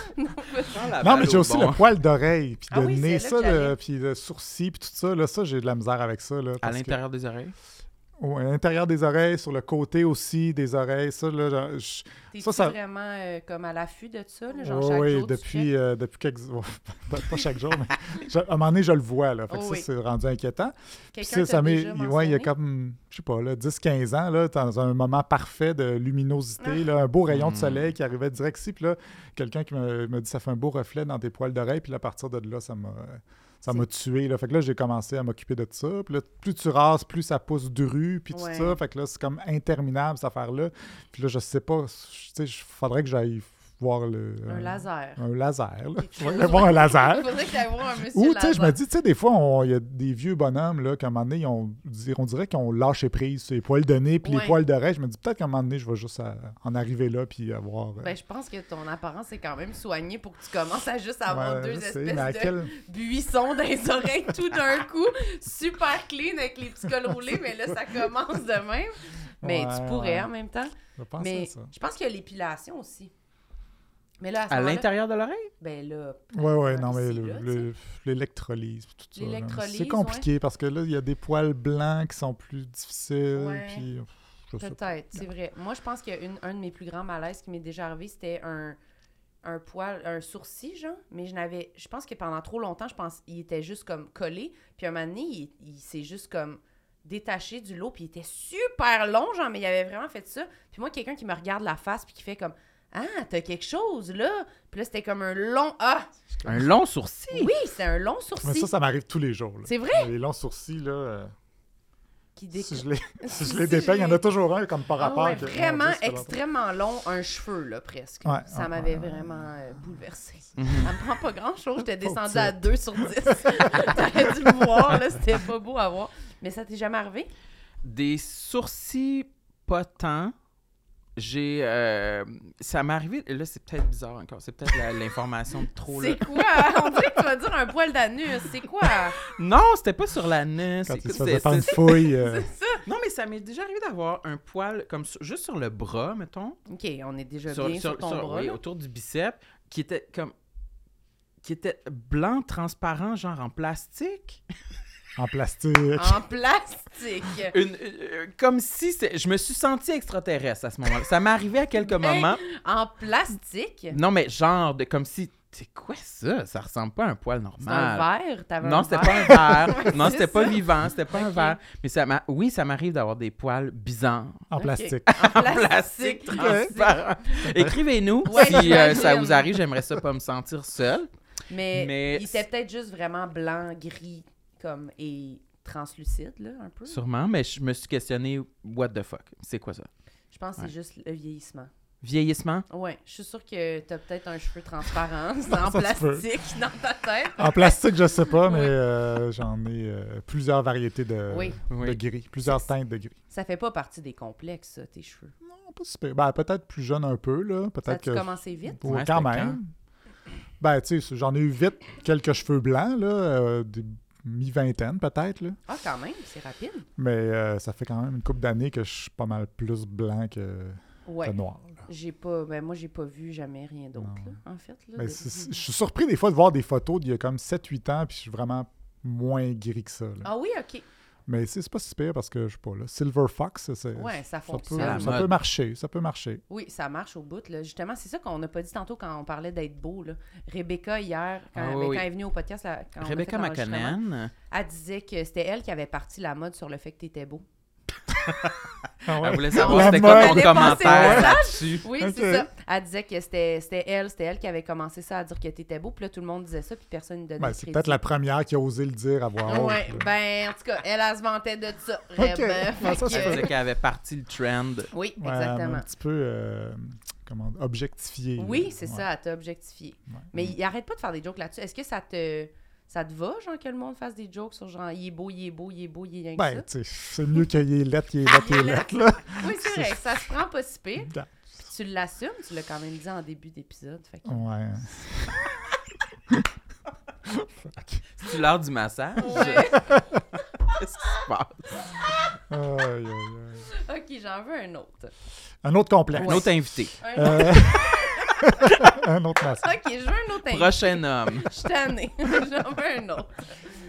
Non, mais j'ai aussi le poil d'oreille, puis Ah de oui, nez, c'est ça, là que j'allais. puis le sourcil, puis tout ça. Là, ça, j'ai de la misère avec ça. Là, À parce que- l'intérieur des oreilles? Ouais, à l'intérieur des oreilles, sur le côté aussi des oreilles. Ça, là, T'es-tu ça- vraiment comme à l'affût de ça, là, genre oui, chaque oui, jour, tu depuis quelques... pas chaque jour, mais à un moment donné, je le vois. Là, fait que Oh ça, oui. c'est rendu inquiétant. Puis Quelqu'un ça t'a m'est... déjà Ouais, il y a mentionné? comme, je sais pas, là, 10-15 ans, là, dans un moment parfait de luminosité, là, un beau rayon de soleil qui arrivait direct ici. Puis là, quelqu'un qui m'a dit, ça fait un beau reflet dans tes poils d'oreille. Puis là, à partir de là, ça m'a tué. Là. Fait que là, j'ai commencé à m'occuper de ça. Puis là, plus tu rases, plus ça pousse dru, puis tout Ouais. ça. Fait que là, c'est comme interminable, cette affaire-là. Puis là, je sais pas, tu sais, il faudrait que j'aille voir Un laser. un laser, là. Quelque Je vais chose. aller voir un laser. Il faudrait que tu ailles voir un monsieur Ou, tu sais, je me laser. dis, tu sais, des fois, il y a des vieux bonhommes, là, qu'à un moment donné, on dirait qu'ils ont lâché prise sur les poils de nez puis Ouais. les poils d'oreille. Je me dis, peut-être qu'à un moment donné, je vais juste en arriver là puis avoir... Ben, je pense que ton apparence est quand même soignée pour que tu commences à juste avoir ouais, deux je sais, espèces mais à de quel... buissons dans les oreilles tout d'un coup. Super clean avec les petits cols roulés, mais là, ça commence de même. Mais Ouais, tu pourrais ouais. en même temps. Je vais penser Mais à ça. je pense qu'il y a l'épilation aussi. Mais là, à ce À moment-là, l'intérieur de l'oreille? ben là... Ouais, non, mais ici, là, tu sais. l'électrolyse, tout ça. là. L'électrolyse, C'est compliqué parce que là, il y a des poils blancs qui sont plus difficiles. Ouais. Puis, je sais pas. Peut-être, c'est vrai. Moi, je pense qu'un de mes plus grands malaises qui m'est déjà arrivé, c'était un poil, un sourcil, genre. Mais je pense que pendant trop longtemps, il était juste comme collé. Puis un moment donné, il s'est juste comme détaché du lot. Puis il était super long, genre, mais il avait vraiment fait ça. Puis moi, quelqu'un qui me regarde la face, puis qui fait comme ah, t'as quelque chose, là. Puis là, c'était comme un long Un long sourcil? oui, c'est un long sourcil. Mais ça m'arrive tous les jours. là. C'est vrai? Les longs sourcils, là, Qui si je Si les dépeigne, il y en a toujours un comme par Ah rapport. ouais, que- vraiment mon Dieu, ça fait longtemps. extrêmement long, un cheveu, là, presque. Ouais, Ça ouais, m'avait ouais, vraiment bouleversée. Mhm. Ça me prend pas grand-chose. J'étais Pauvre descendue petite. à 2 sur 10. T'aurais dû me voir, là. C'était pas beau à voir. Mais ça t'est jamais arrivé? Des sourcils pas tant. Ça m'est arrivé... Là, c'est peut-être bizarre encore. C'est peut-être l'information de trop, là. C'est quoi? On dirait que tu vas dire un poil d'anus. C'est quoi? Non, c'était pas sur l'anus. Quand il Écoute, se faisait faire une fouille. C'est ça? Non, mais ça m'est déjà arrivé d'avoir un poil comme juste sur le bras, mettons. OK, on est déjà bien sur ton bras, oui, là. autour du bicep, qui était blanc, transparent, genre en plastique. En plastique. En plastique. Comme si je me suis senti extraterrestre à ce moment-là. Ça m'est arrivé à quelques moments. En plastique? Non, mais genre de comme si. C'est quoi ça? Ça ressemble pas à un poil C'est un normal. verre? T'avais Non, un c'était verre? pas un verre. Ouais, Non, c'est c'était pas ça. vivant. C'était pas un Ok. verre. Mais ça m'arrive d'avoir des poils bizarres. En Ok. plastique. En En plastique plastique. transparent. Écrivez-nous Ouais, si ça j'imagine. vous arrive. J'aimerais ça pas me sentir seul. Mais il était peut-être juste vraiment blanc, gris, comme, et translucide, là, un peu. Sûrement, mais je me suis questionné, what the fuck? C'est quoi ça? Je pense que Ouais. c'est juste le vieillissement. Vieillissement? Ouais, je suis sûre que t'as peut-être un cheveu transparent en Ça se peut. plastique dans ta tête. En plastique, je sais pas, mais Ouais. j'en ai plusieurs variétés de Oui. Oui. gris. Plusieurs teintes de gris. Ça fait pas partie des complexes, ça, tes cheveux. Non, pas super. Ben, peut-être plus jeune un peu, là. Ça Peut-être a-tu que... commencé vite? Ouais, Ouais, quand c'était même. Ben, tu sais, j'en ai eu vite quelques cheveux blancs, là. Des mi-vingtaine, peut-être, là. Ah, quand même, c'est rapide. Mais ça fait quand même une couple d'années que je suis pas mal plus blanc que Ouais. noir. Là. Moi, j'ai pas vu jamais rien d'autre, Non. là, en fait. Là, Mais de- je suis surpris des fois de voir des photos d'il y a comme 7-8 ans, puis je suis vraiment moins gris que ça. Là. Ah oui, OK. Mais c'est pas si pire parce que, je sais pas, là, Silver Fox, Ouais, ça ça fonctionne. peut, À la ça mode. peut marcher. Ça peut marcher. Oui, ça marche au bout. Là. Justement, c'est ça qu'on n'a pas dit tantôt quand on parlait d'être beau. Là. Rebecca, hier, quand, Ah ben, oui, quand oui. elle est venue au podcast, là, quand on a Rebecca fait l'enregistrement, McConnell. elle disait que c'était elle qui avait parti la mode sur le fait que t'étais beau. Ah ouais. Elle voulait savoir La c'était quoi mode. ton Elle est passée commentaire au là-dessus. Oui, Ok. c'est ça. Elle disait que c'était elle qui avait commencé ça à dire que t'étais beau, puis là, tout le monde disait ça, puis personne ne donnait Ben, le c'est crédit. peut-être la première qui a osé le dire à voix haute. Ouais, là. ben, en tout cas, elle se vantait de ça, Ok. vraiment. Ben, ça, Fait c'est que- Elle disait qu'elle avait parti le trend. Oui, Ouais, exactement. un petit peu objectifié. Oui, là. c'est Ouais. ça, elle t'a objectifié. Ouais. Mais il arrête pas de faire des jokes là-dessus. Est-ce que ça te va, genre, que le monde fasse des jokes sur genre, il est beau, il est beau, il est beau, il est rien que Ben, ça? tu sais, c'est mieux qu'il y ait lettre, qu'il y ait lettre, qu'il y ait lettre, là. Oui, c'est vrai, ça se prend pas si pire. Ouais. Puis tu l'assumes, tu l'as quand même dit en début d'épisode. Fait que... C'est l'heure du massage? Ouais. Qu'est-ce qui se passe? Aïe, aïe, aïe. OK, j'en veux un autre. Un autre complexe. Un autre invité. Un autre massage. OK, je veux un autre invité. Prochain homme. Je suis tannée. J'en veux un autre.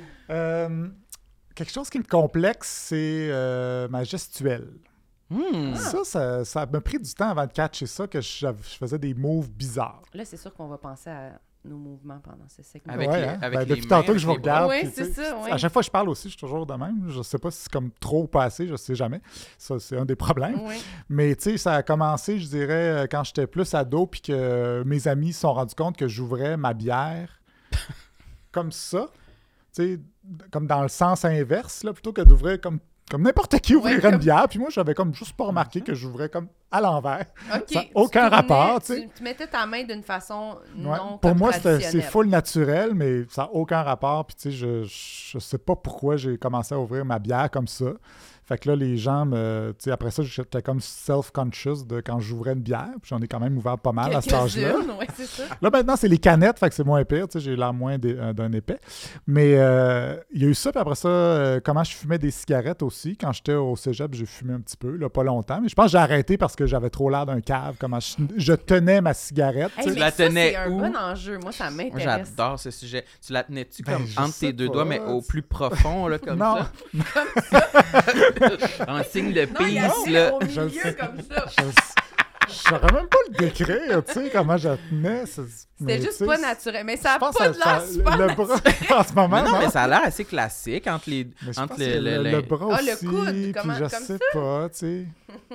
Quelque chose qui me complexe, c'est ma gestuelle. Hmm. Ça m'a pris du temps avant de catcher ça, que je faisais des moves bizarres. Là, c'est sûr qu'on va penser à nos mouvements pendant ce segment. Avec Ouais, les- hein? avec Ben, les depuis tantôt mains, que je vous avec les bras. regarde. Ouais, puis, c'est tu sais, ça, ouais. À chaque fois que je parle aussi, je suis toujours de même. Je sais pas si c'est comme trop ou pas assez, je sais jamais. Ça, c'est un des problèmes. Oui. Mais tu sais, ça a commencé, je dirais, quand j'étais plus ado, puis que mes amis se sont rendus compte que j'ouvrais ma bière comme ça, tu sais, comme dans le sens inverse, là, plutôt que d'ouvrir comme n'importe qui ouvrirait comme- une bière. Puis moi, j'avais comme juste pas remarqué que j'ouvrais comme à l'envers. OK. Ça a tu aucun tournais, rapport, tu sais. Tu mettais ta main d'une façon Ouais. non Pour comme moi, c'est traditionnelle. full naturel, mais ça n'a aucun rapport. Puis, tu sais, je sais pas pourquoi j'ai commencé à ouvrir ma bière comme ça. Fait que là, les gens me. Tu sais, après ça, j'étais comme self-conscious de quand j'ouvrais une bière. Puis j'en ai quand même ouvert pas mal à cet âge-là. Quelques-unes, ouais, c'est ça. Là, maintenant, c'est les canettes, fait que c'est moins pire. Tu sais, j'ai l'air moins d'un épais. Mais il y a eu ça. Puis après ça, comment je fumais des cigarettes aussi. Quand j'étais au cégep, j'ai fumé un petit peu, là, pas longtemps. Mais je pense que j'ai arrêté parce que j'avais trop l'air d'un cave. Comment je tenais ma cigarette. Hey, tu sais. mais la ça, tenais c'est un où? bon enjeu. Moi, ça Moi, m'intéresse. j'adore ce sujet. Tu la tenais-tu Ben, comme je entre sais tes deux pas. doigts, mais au plus profond, là, comme Non. ça? En signe de Non, il y a peace, là. au Je le milieu sais. comme ça. Je saurais même pas le décrire, tu sais, comment je la tenais. C'était juste pas naturel. Mais ça a Je pense pas que de l'air super le naturel. bras, en ce moment, Mais non, non. mais ça a l'air assez classique entre les... Mais je entre pense que le bras Ah, le aussi, coude, puis comment- je comme sais pas, tu sais.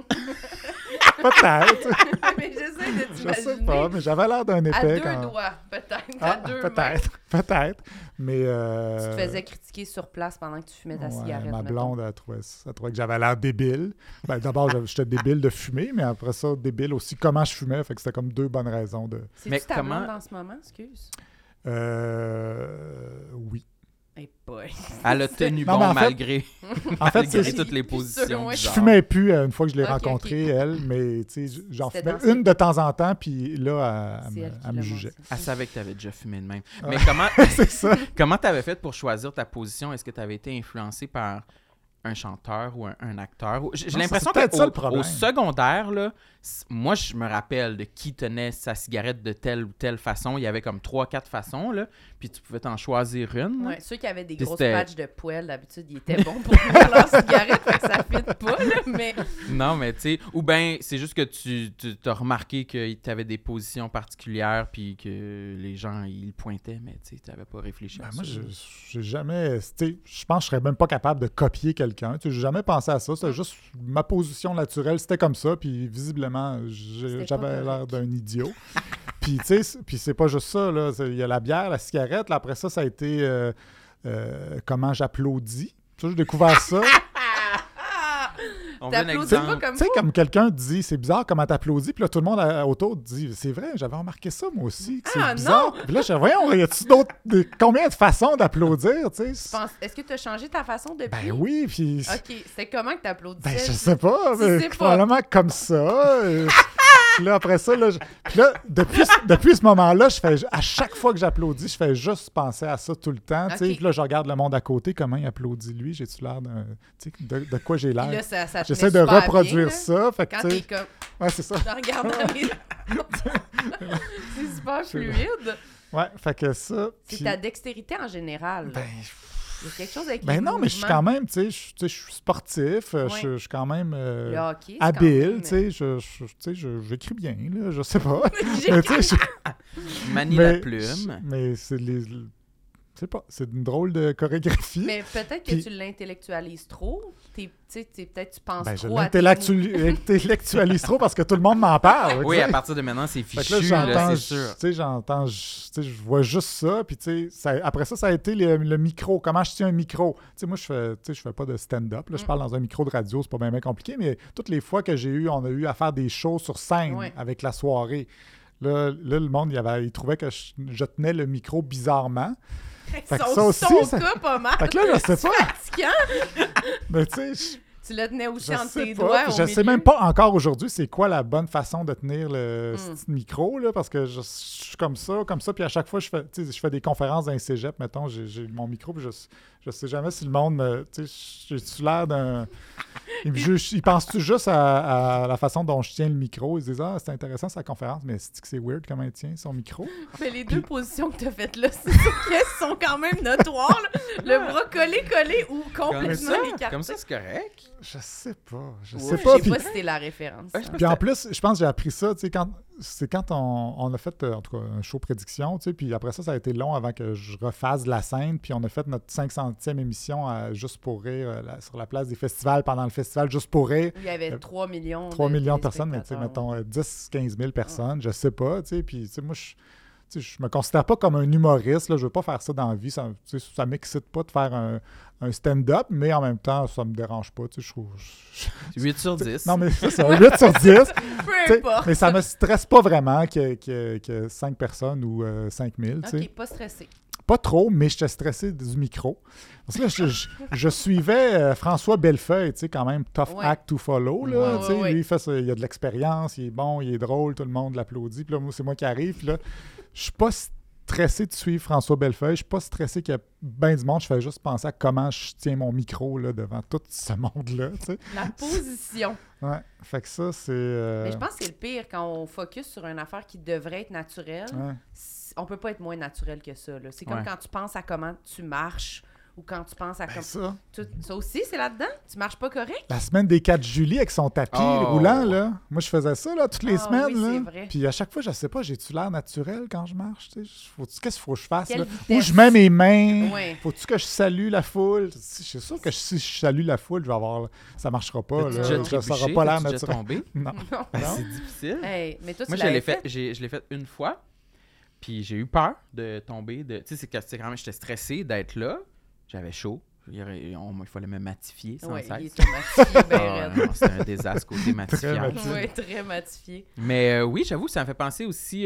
Peut-être, Mais j'essaie de je sais t'imaginer. pas, mais j'avais l'air d'un À épais deux quand... doigts, peut-être. Ah, À deux mains. peut-être, mais... Tu te faisais critiquer sur place pendant que tu fumais ta ouais, cigarette. ma mettons. blonde, elle trouvait que j'avais l'air débile. Ben, d'abord, j'étais débile de fumer, mais après ça, débile aussi comment je fumais, fait que c'était comme deux bonnes raisons de... Mais C'est-tu ta comment- blonde en ce moment? Excuse. Oui. Hey boy. Elle a tenu Non, mais bon en fait- malgré, En fait, malgré c'est... toutes les Plus sûr, positions ouais. Je bizarres. fumais plus une fois que je l'ai Ok, rencontrée, elle, mais tu sais, j'en C'était fumais dans une de temps en temps, puis là, C'est elle qui elle me l'a jugeait. mentionné. Elle savait que tu avais déjà fumé de même. Ah. Mais comment C'est ça. comment tu avais fait pour choisir ta position? Est-ce que tu avais été influencé par un chanteur ou un acteur? J'ai Non, l'impression c'est peut-être ça, le qu'au problème. au secondaire, là, moi, je me rappelle de qui tenait sa cigarette de telle ou telle façon. Il y avait comme 3-4 façons, là, puis tu pouvais t'en choisir une. là. Ouais, ceux qui avaient des Puis grosses c'était- patchs de poêle, d'habitude, ils étaient bons pour fumer leur cigarette, fait que ça fit pas, là, mais... Non, mais tu sais, ou bien c'est juste que tu as remarqué que tu avais des positions particulières, puis que les gens, ils le pointaient, mais tu n'avais pas réfléchi à Ben, ça. moi, j'ai jamais. Tu sais, je pense que je serais même pas capable de copier quelqu'un. Tu sais, j'ai jamais pensé à ça. C'était juste ma position naturelle. C'était comme ça. Puis visiblement, C'était j'avais pas l'air correct. d'un idiot. Puis tu sais, puis c'est pas juste ça. Là. Il y a la bière, la cigarette. Là, après ça, ça a été comment j'applaudis. Ça, j'ai découvert ça. On veut un T'applaudis pas exemple. comme Tu sais, ça? comme quelqu'un dit, c'est bizarre comment t'applaudis, puis là, tout le monde autour dit, c'est vrai, j'avais remarqué ça, moi aussi, que c'est Ah, bizarre. Puis là, je dis, voyons, y a-tu combien de façons d'applaudir, tu sais? Est-ce que tu as changé ta façon depuis? Ben oui, puis... OK, c'était comment que t'applaudissais? Ben, je sais pas, Tu mais sais pas. probablement comme ça. Puis là, après ça, là, puis là, depuis ce moment-là, à chaque fois que j'applaudis, je fais juste penser à ça tout le temps, tu sais. Ok. Puis là, je regarde le monde à côté, comment il applaudit lui, j'ai-tu l'air d'un... Tu sais, de quoi j'ai Puis l'air? là, ça te J'essaie met de super reproduire bien, là. ça, fait que, Quand tu t'es sais... comme... Ouais, c'est ça. Tu regardes dans les... C'est super fluide. Ouais, fait que ça... C'est puis- ta dextérité en général. Ben, Il y a quelque chose avec ben les non, mais je suis mouvements. quand même, tu sais, je suis sportif, Ouais. je suis quand même Le hockey, c'est habile, quand même- tu sais, tu sais, j'écris bien, là, je sais pas. J'écris Mais, tu sais, Manie mais- la plume. Mais c'est Je sais pas, c'est une drôle de chorégraphie. Mais peut-être que Puis- tu l'intellectualises trop. Peut-être tu penses Ben, je trop à l'intellectualise trop parce que tout le monde m'en parle. Oui, tu sais. à partir de maintenant, c'est Fait que fichu, là, là, c'est sûr. je vois juste ça, puis après ça a été le micro, comment je tiens un micro. Moi, je fais pas de stand-up, là, je parle dans un micro de radio, c'est pas bien compliqué, mais toutes les fois que on a eu à faire des shows sur scène Ouais. avec la soirée, là le monde, il trouvait que je tenais le micro bizarrement. Fait que ça aussi, Son ça- cas, pas mal. Fait que là, je sais pas, Fatigant. mais tu sais, Tu le tenais aussi je entre sais tes pas, doigts puis au je sais milieu. même pas encore aujourd'hui c'est quoi la bonne façon de tenir le petit micro, là, parce que je suis comme ça, puis à chaque fois, je fais des conférences dans un cégep, mettons, j'ai mon micro, puis je sais jamais si le monde me... J'ai-tu l'air d'un... Ils pensent-tu juste à la façon dont je tiens le micro? Ils se disent « Ah, c'est intéressant sa conférence, mais c'est weird comment il tient son micro. » Mais les deux positions que tu as faites là, c'est sûr qu'elles sont quand même notoires. Là. Le bras collé ou complètement écarté. Comme ça, c'est correct. Je sais pas. Je Ouais, sais je pas. sais Puis, pas si c'est la référence. Ouais, je hein. puis en plus, je pense que j'ai appris ça, tu sais, quand on a fait, en tout cas, un show prédiction, tu sais, puis après ça a été long avant que je refasse la scène, puis on a fait notre 500e émission à Juste pour rire sur la place des festivals, pendant le festival Juste pour rire. Il y avait 3 millions 3 millions de personnes, mais tu sais, téléspectateurs, mettons 10-15 000 personnes, je sais pas, tu sais, puis tu sais, moi, je me considère pas comme un humoriste, là, je veux pas faire ça dans la vie, ça m'excite pas de faire un stand-up, mais en même temps, ça me dérange pas, tu sais, je trouve... 8 sur 10. Non, mais c'est un 8 sur 10, Peu t'sais, importe. mais ça me stresse pas vraiment que 5 personnes ou 5 000, tu sais. OK, pas stressé. Pas trop, mais j'étais stressé du micro. Parce que là, je suivais François Bellefeuille, tu sais, quand même, tough Ouais. act to follow, là, Ouais, tu sais. ouais. Lui, il a de l'expérience, il est bon, il est drôle, tout le monde l'applaudit. Puis là, moi, c'est moi qui arrive. Puis là, je suis pas stressé de suivre François Bellefeuille. Je suis pas stressé qu'il y a bien du monde. Je fais juste penser à comment je tiens mon micro, là, devant tout ce monde-là, tu sais. La position. Ouais, fait que ça, c'est... Mais je pense que c'est le pire quand on focus sur une affaire qui devrait être naturelle. Ouais. On peut pas être moins naturel que ça. Là. C'est comme Ouais. quand tu penses à comment tu marches ou quand tu penses à Ben, comment... ça, Ça aussi, c'est là-dedans? Tu marches pas correct? la semaine des 4 juillet avec son tapis Oh. roulant, là. Moi, je faisais ça, là, toutes les Ah semaines, oui, c'est là. vrai. Puis à chaque fois, je sais pas, j'ai-tu l'air naturel quand je marche, tu sais? Qu'est-ce qu'il faut que je fasse, Quelle là? vitesse? Où je mets mes mains? Ouais. Faut-tu que je salue la foule? C'est sûr que si je salue la foule, je vais avoir... Ça marchera pas, T'as-tu là. déjà Ça trébuché? n'aura pas l'air T'as-tu déjà naturel. tombé? Non. Non. Ben, Non. c'est difficile. Hey, mais toi, tu Moi, je l'avais l'ai fait, je l'ai fait une fois, puis j'ai eu peur de tomber. Tu sais, c'est quand même, j'étais stressé d'être là. J'avais chaud. Il fallait me matifier sans Oui, cesse. il était matifié, ben Ah, raide. non, c'était un désastre côté matifiant. matifié. Oui, très matifié. Mais oui, j'avoue, ça me fait penser aussi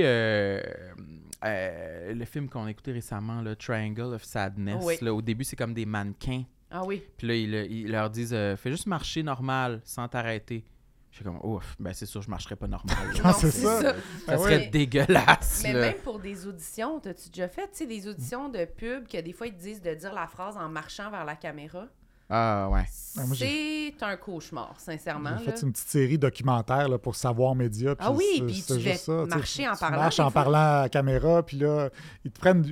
le film qu'on a écouté récemment, là, Triangle of Sadness. Oui. Là, au début, c'est comme des mannequins. Ah oui. Puis là, ils leur disent fais juste marcher normal, sans t'arrêter. Je suis comme ouf, ben c'est sûr, je marcherais pas normal. là. Ah, Non, c'est ça. Ça Ben serait oui. dégueulasse. Mais là. même pour des auditions, t'as-tu déjà fait, tu sais, des auditions de pub que des fois, ils te disent de dire la phrase en marchant vers la caméra? Ah ouais. Ah, moi, C'est un cauchemar, sincèrement. J'ai là. fait une petite série documentaire là, pour Savoir Média. Ah oui, puis c'est tu juste devais ça, tu sais, marcher en tu parlant, marches des en fois. parlant à la caméra, puis là, ils te prennent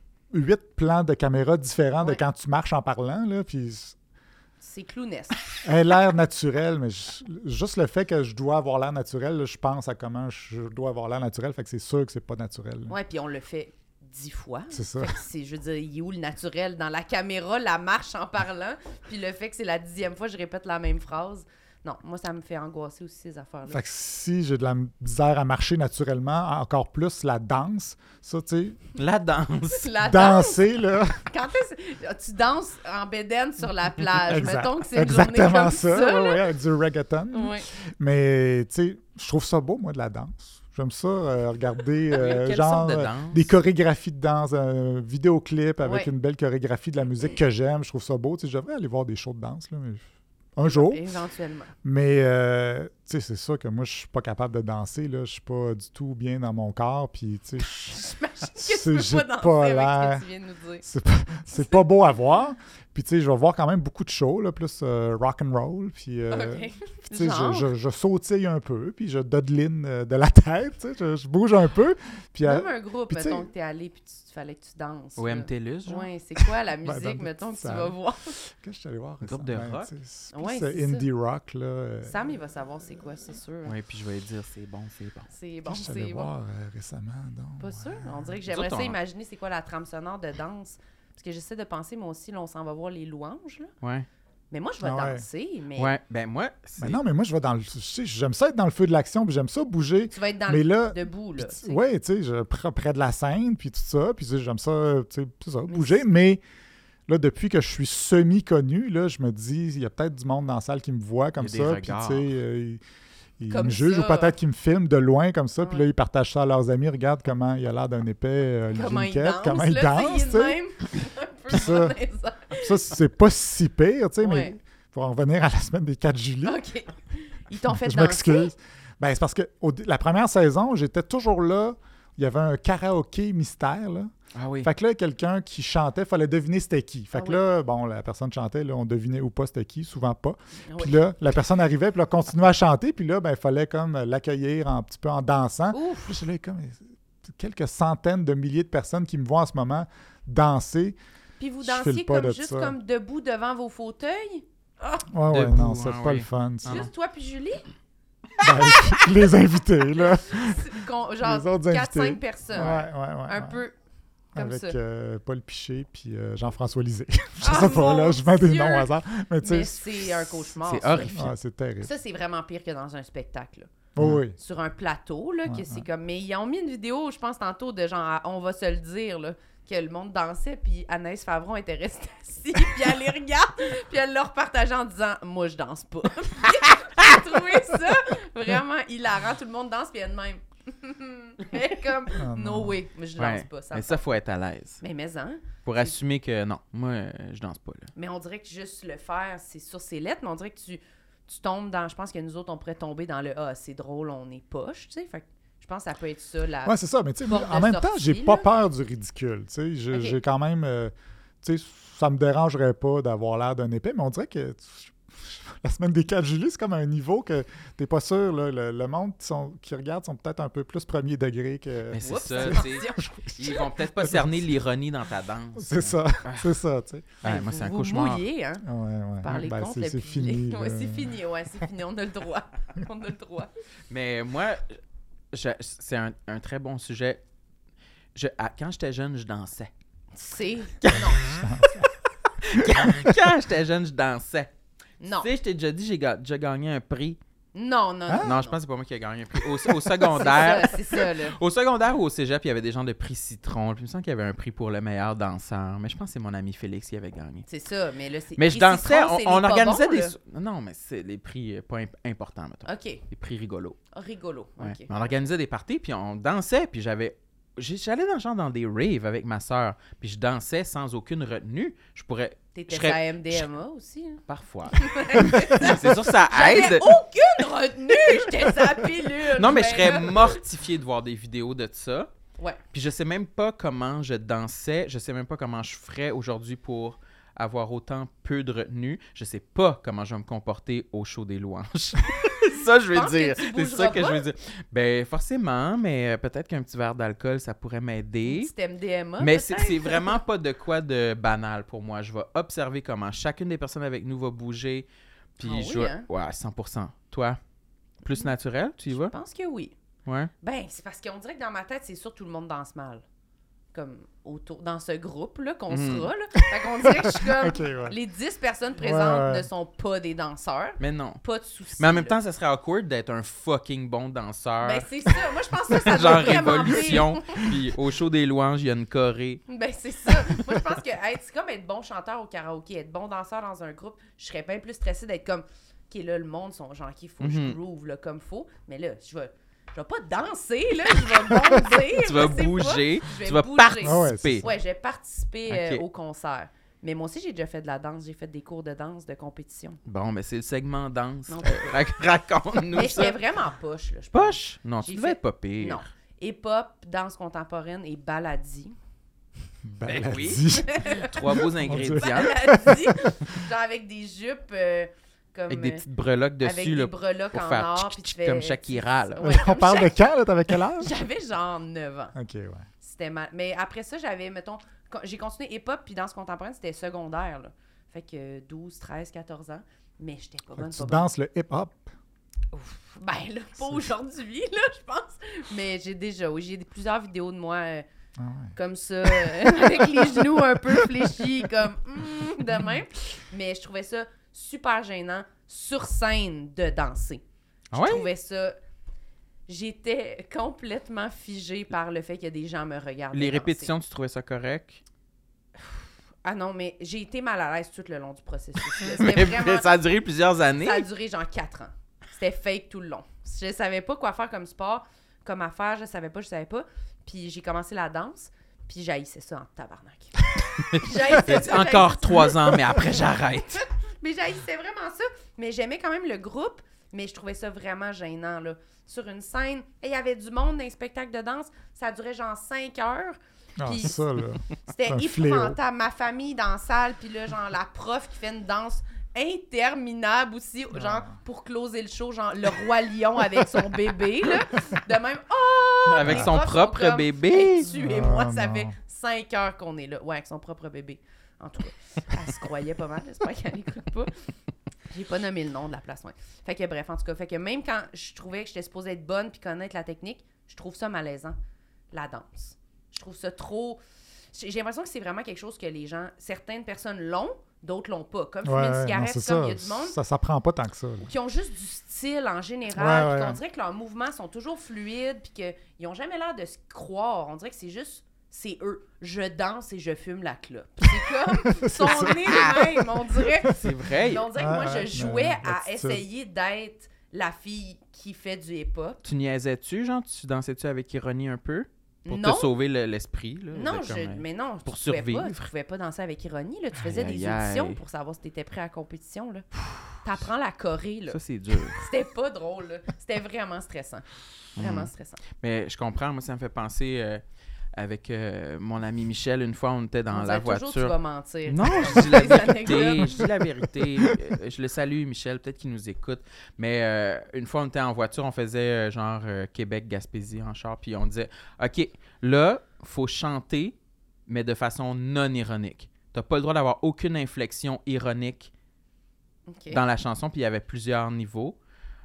8 plans de caméra différents de Ouais. quand tu marches en parlant, là, puis C'est clownesque. elle a l'air naturel, mais juste le fait que je dois avoir l'air naturel, là, je pense à comment je dois avoir l'air naturel, fait que c'est sûr que c'est pas naturel. là. Ouais, puis on le fait 10 fois. C'est ça. Fait que c'est, je veux dire, il est où le naturel dans la caméra, la marche en parlant, puis le fait que c'est la 10e fois que je répète la même phrase. Non, moi, ça me fait angoisser aussi, ces affaires-là. Fait que si j'ai de la misère à marcher naturellement, encore plus la danse, ça, tu sais, La danse. La danse, danser, là, quand tu danses en bédaine sur la plage, exact- mettons que c'est une exactement journée comme ça, ça. ouais, avec du reggaeton. Ouais. Mais, tu sais, je trouve ça beau, moi, de la danse. J'aime ça, regarder, Quelle genre, sorte de danse? des chorégraphies de danse, un vidéoclip avec Ouais. une belle chorégraphie de la musique que j'aime. Je trouve ça beau. Tu sais, je devrais aller voir des shows de danse, là, mais un jour. Éventuellement. Mais, tu sais, c'est sûr que moi, je suis pas capable de danser, là. Je suis pas du tout bien dans mon corps, puis, tu sais, J'imagine que tu j'ai peux pas danser pas avec l'air- ce que tu viens de nous dire. c'est pas beau à voir. Puis, tu sais, je vais voir quand même beaucoup de shows, là, plus rock and roll, puis... OK. tu sais, Genre? je sautille un peu, puis je dodeline de la tête, tu sais, je bouge un peu. Puis, Même un groupe, puis tu sais- mettons que t'es allé puis tu fallait que tu danses. Au là. MTLUS, genre? Ouais, c'est quoi la musique, dans des mettons, que tu petites vas salles. voir? qu'est-ce que je suis allé voir Un groupe de récemment, rock? tu sais, c'est Ouais, plus, c'est indie rock, là. Sam, il va savoir c'est quoi, c'est sûr. Oui, puis je vais lui dire c'est bon, c'est bon. C'est bon, qu'est-ce que je suis allé c'est bon. voir récemment, donc? Pas sûr. On dirait que Nous j'aimerais autres, ça on- imaginer c'est quoi la trame sonore de danse Parce que j'essaie de penser, moi aussi, là, on s'en va voir les louanges, là. Ouais. Mais moi, je vais danser, mais... Ouais, ben moi, c'est... Ben non, mais moi, je vais dans le... Tu sais, j'aime ça être dans le feu de l'action, puis j'aime ça bouger. Tu vas être dans Mais là, debout, là. Oui, tu sais, près de la scène, puis tout ça, puis tu sais, j'aime ça, tu sais, c'est ça, bouger, mais là, depuis que je suis semi-connu, là, je me dis, il y a peut-être du monde dans la salle qui me voit comme Il y a des ça, puis tu regards. sais, ils Comme me jugent, ça. ou peut-être qu'ils me filment de loin comme ça, puis Ouais. là, ils partagent ça à leurs amis, regarde comment il a l'air d'un épais, Olivier Comment il Niquette, danse, comment il là, danse, tu sais, tu sais. même. Un peu Puis ça- dans les airs. Ça, c'est pas si pire, tu sais, Ouais. mais pour en revenir à la semaine des 4 juillet, OK. Ils t'ont fait je danser? m'excuse. Ben, c'est parce que la première saison, j'étais toujours là. Il y avait un karaoké mystère, là. Ah oui. Fait que là, quelqu'un qui chantait, il fallait deviner c'était qui. Fait Ah que oui. là, bon, la personne chantait, là, on devinait ou pas c'était qui, souvent pas. Oui. Puis là, la personne arrivait, puis là, continuait à chanter, puis là, ben, il fallait comme l'accueillir un petit peu en dansant. Ouf! Puis là, comme quelques centaines de milliers de personnes qui me voient en ce moment danser. Puis vous Je dansiez file pas comme de juste ça. comme debout devant vos fauteuils? Ouais, Debout, non, c'est hein, pas oui. le fun, ça. Non. Juste toi puis Julie? Ben, les invités, là. Genre Les autres 4-5 invités. personnes. Ouais. Un peu comme Avec ça. Paul Piché puis Jean-François Lisée. Je Ah, sais pas, là, mon je mets des Dieu! noms au hasard. Mais tu Mais sais, c'est un cauchemar. C'est ça. horrifiant. c'est terrible. Ça, c'est vraiment pire que dans un spectacle. Là. Oh, oui. Sur un plateau, là, que c'est comme... Mais ils ont mis une vidéo, je pense, tantôt, de genre, on va se le dire, là, que le monde dansait, puis Anaïs Favron était restée assise, puis elle les regarde, puis elle leur partageait en disant « Moi, je danse pas. » J'ai trouvé ça vraiment hilarant. Tout le monde danse, puis elle de même. Elle est comme Ah, « No non. way. » Mais je Ouais. danse pas. Ça Mais me ça, faut être à l'aise. Mais hein. Pour assumer que non, moi, je danse pas, là. Mais on dirait que juste le faire, c'est sur ses lettres, mais on dirait que tu tombes dans... Je pense que nous autres, on pourrait tomber dans le « Ah, c'est drôle, on est poche », tu sais. Fait que je pense que ça peut être ça, la... Ouais, c'est ça. Mais tu sais, porte en de même temps, sortie, j'ai pas là. peur du ridicule. Tu sais, Ok. j'ai quand même. Tu sais, ça me dérangerait pas d'avoir l'air d'un épais, mais on dirait que la semaine des 4 juillet, c'est comme un niveau que t'es pas sûr. Là, le monde qui regarde sont peut-être un peu plus premier degré que. Mais c'est Oups, ça, attention. tu sais. Ils vont peut-être pas cerner l'ironie dans ta danse. C'est ça, c'est ça, tu sais. Ouais, moi, c'est un vous cauchemar. mouillez, hein? Ouais. Parler Ben, contre le c'est public. fini. Ouais, là. c'est fini, on a le droit. On a le droit. Mais moi, c'est un très bon sujet. Quand j'étais jeune, je dansais. C'est... Non. Quand j'étais jeune, je dansais. Non. Tu sais, je t'ai déjà dit, j'ai déjà gagné un prix. Non, non, Hein? non. Non, je pense que c'est pas moi qui ai gagné un prix. Au secondaire, C'est ça, là. au secondaire ou au cégep, il y avait des gens de prix citron. Puis il me semble qu'il y avait un prix pour le meilleur danseur. Mais je pense que c'est mon ami Félix qui avait gagné. C'est ça, mais là, c'est... Mais je prix dansais, citron, c'est on les pas organisait bons, des... là. Non, mais c'est les prix pas importants, mettons. OK. Les prix rigolos. Rigolo. Ouais. OK. On organisait des parties, puis on dansait, puis j'allais dans des raves avec ma sœur, puis je dansais sans aucune retenue. Je pourrais... T'étais je serais- à MDMA aussi, hein? Parfois. C'est sûr, ça J'avais aide. aucune retenue! J'étais sa pilule! Non, mais je ben serais là. mortifié de voir des vidéos de ça. Ouais. Puis je sais même pas comment je dansais. Je sais même pas comment je ferais aujourd'hui pour avoir autant peu de retenue. Je sais pas comment je vais me comporter au show des louanges. Ça, je veux penses que dire. tu C'est bougeras ça que pas? je veux dire. Ben, forcément, mais peut-être qu'un petit verre d'alcool, ça pourrait m'aider. C'était MDMA, Mais peut-être? c'est vraiment pas de quoi de banal pour moi. Je vais observer comment chacune des personnes avec nous va bouger. Puis Ah je oui, vais... hein? Ouais, 100%. Toi, plus naturel, tu y Je vas? pense que oui. Ouais. Ben, c'est parce qu'on dirait que dans ma tête, c'est sûr que tout le monde danse mal. Comme autour, dans ce groupe-là qu'on sera, là. Fait qu'on dirait que je suis comme... Ok, ouais. Les 10 personnes présentes Ouais. ne sont pas des danseurs. Mais non. Pas de soucis. Mais en même là. temps, ça serait awkward d'être un fucking bon danseur. Ben, c'est ça. Moi, je pense que ça Genre doit vraiment Révolution. Puis au show des louanges, il y a une choré. Ben, c'est ça. Moi, je pense que c'est comme être bon chanteur au karaoké, être bon danseur dans un groupe. Je serais bien plus stressée d'être comme, OK, là, le monde sont genre, qu'il faut que je groove là, comme faut. Mais là, je vais pas danser, là. Je vais bondir. Tu vas je sais pas. bouger. Je vais Tu vas bouger. participer. Ouais, j'ai participé Ok. au concert. Mais moi aussi, j'ai déjà fait de la danse. J'ai fait des cours de danse, de compétition. Bon, mais c'est le segment danse. Non. Raconte-nous Mais ça. j'étais vraiment poche, là, je pense. Poche? Non, tu J'ai devais fait- être pas pire. Non. Hip-hop, danse contemporaine et baladie. Ben Baladie. oui. Trois beaux ingrédients. Baladie! Genre avec des jupes comme... Avec des petites breloques avec dessus, des là. breloques pour en faire or. tchic, Puis tu tchic fais... comme Shakira, là. Ouais, On comme parle de quand, là? T'avais quel âge? J'avais genre 9 ans. Ok, ouais. C'était mal. Mais après ça, j'avais, mettons... J'ai continué hip-hop puis danse contemporaine, c'était secondaire, là. Fait que 12, 13, 14 ans. Mais j'étais pas bonne, Tu pas bonne. danses le hip-hop. Ben là, pas aujourd'hui, là, je pense. Mais j'ai déjà, oui, j'ai plusieurs vidéos de moi Ah ouais. Comme ça, avec les genoux un peu fléchis, comme de même. Mais je trouvais ça super gênant sur scène de danser. Ah ouais? Je trouvais ça... J'étais complètement figée par le fait que des gens me regardaient Les danser. répétitions, tu trouvais ça correct? Ah non, mais j'ai été mal à l'aise tout le long du processus. là. Mais C'était vraiment... ça a duré plusieurs années. Ça a duré genre 4 ans. C'était fake tout le long. Je savais pas quoi faire comme sport, comme affaire, je savais pas. Puis j'ai commencé la danse, puis j'haïssais ça en tabarnak. J'haïssais ça, Encore 3 ans, mais après, j'arrête. Mais j'haïssais vraiment ça. Mais j'aimais quand même le groupe, mais je trouvais ça vraiment gênant, là. Sur une scène, il y avait du monde dans les spectacles de danse, ça durait genre 5 heures. Ah, Puis ça, là. c'était un épouvantable. Ma famille dans la salle, puis là, genre, la prof qui fait une danse interminable aussi, genre, pour closer le show, genre, le roi lion avec son bébé, là. De même, oh! Avec Les son profs sont propre comme, bébé. Hey, tuez-moi, Ah, ça non. fait 5 heures qu'on est là. Ouais, avec son propre bébé. En tout cas, elle se croyait pas mal. J'espère qu'elle n'écoute pas. J'ai pas nommé le nom de la place, ouais. Fait que bref, en tout cas, fait que même quand je trouvais que j'étais supposée être bonne puis connaître la technique, je trouve ça malaisant, la danse. Je trouve ça trop... J'ai l'impression que c'est vraiment quelque chose que les gens... Certaines personnes l'ont, d'autres l'ont pas. Comme fumer une non, cigarette, c'est comme ça. il y a du monde Ça s'apprend pas tant que ça. là. qui ont juste du style en général, Ouais, puis ouais. qu'on dirait que leurs mouvements sont toujours fluides, puis qu'ils ont jamais l'air de se croire. On dirait que c'est juste... C'est eux. Je danse et je fume la clope. C'est comme... sont nés les mêmes, on dirait. C'est vrai. Mais on dirait que moi, Ouais, je jouais à l'attitude. essayer d'être la fille qui fait du hip-hop. Tu niaisais-tu, genre? Tu dansais-tu avec ironie un peu? Pour Non. te sauver l'esprit, là? Non, de comme, mais non, pour tu pouvais survivre. pas. Tu pouvais pas danser avec ironie. Là. Tu faisais Aïe, des aïe, auditions aïe. pour savoir si t'étais prêt à la compétition. Là. T'apprends la choré. Là. Ça, c'est dur. C'était pas drôle. Là. C'était vraiment stressant. Vraiment stressant. Mais je comprends. Moi, ça me fait penser... avec mon ami Michel, une fois, on était dans On la dirait toujours que tu voiture. vas mentir. Non, je dis la Des vérité. anecdotes. Je dis la vérité. Je le salue, Michel. Peut-être qu'il nous écoute. Mais une fois, on était en voiture, on faisait genre Québec-Gaspésie en char. Puis on disait, OK, là, faut chanter, mais de façon non ironique. T'as pas le droit d'avoir aucune inflexion ironique OK. dans la chanson. Puis il y avait plusieurs niveaux.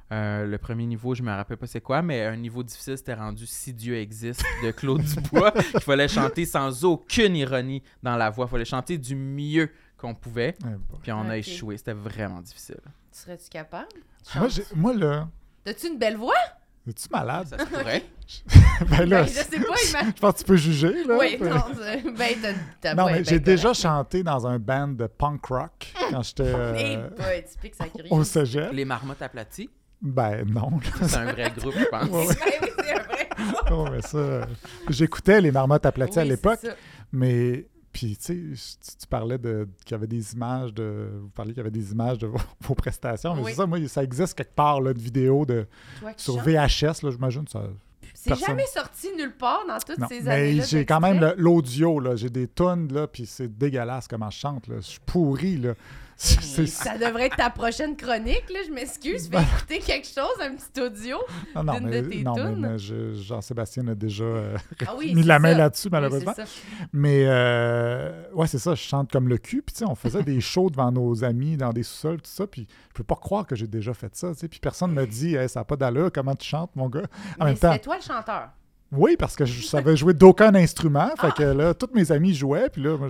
Le premier niveau, je me rappelle pas c'est quoi, mais un niveau difficile, c'était rendu « Si Dieu existe » de Claude Dubois. Il fallait chanter sans aucune ironie dans la voix. Il fallait chanter du mieux qu'on pouvait. Ouais, bah. Puis on a Ok. échoué. C'était vraiment difficile. Serais-tu capable? Moi, là, As-tu une belle voix? es-tu malade? Ça se pourrait. Ben là, Ben, je sais pas, je pense que tu peux juger, là. Oui, Ben- non. Ben, t'as Non, ouais, mais ben j'ai déjà correct. chanté dans un band de punk rock quand j'étais Eh boy, tu piques sa crise. au cégep. Les marmottes aplaties, Ben non. c'est un vrai groupe, je pense. Ouais. Ben oui, c'est un vrai. Oh, mais ça, j'écoutais les marmottes aplaties à Oui, l'époque, c'est ça. mais puis tu sais, tu parlais qu'il y avait des images vous parliez qu'il y avait des images de vos prestations, mais Oui. c'est ça, moi, ça existe quelque part là, de vidéos Toi qui sur chantes. VHS, là, j'imagine ça. C'est personne. jamais sorti nulle part dans toutes Non, ces mais années-là. j'ai quand même l'audio, là, j'ai des tonnes, là, puis c'est dégueulasse comment je chante, là, je suis pourri, là. Ça devrait être ta prochaine chronique, là. Je m'excuse. Fais écouter quelque chose, un petit audio. Non, d'une mais, de tes non, tunes. mais Jean-Sébastien a déjà Ah oui, mis c'est la main ça. là-dessus, Oui, malheureusement. c'est ça. Mais ouais, c'est ça, je chante comme le cul. Puis tu sais, on faisait des shows devant nos amis dans des sous-sols, tout ça. Puis je peux pas croire que j'ai déjà fait ça. Tu sais. Puis personne me dit, hey, ça n'a pas d'allure, comment tu chantes, mon gars. En Mais même temps, c'était toi le chanteur. oui, parce que je savais jouer d'aucun instrument. Fait que là, tous mes amis jouaient. Puis là, moi,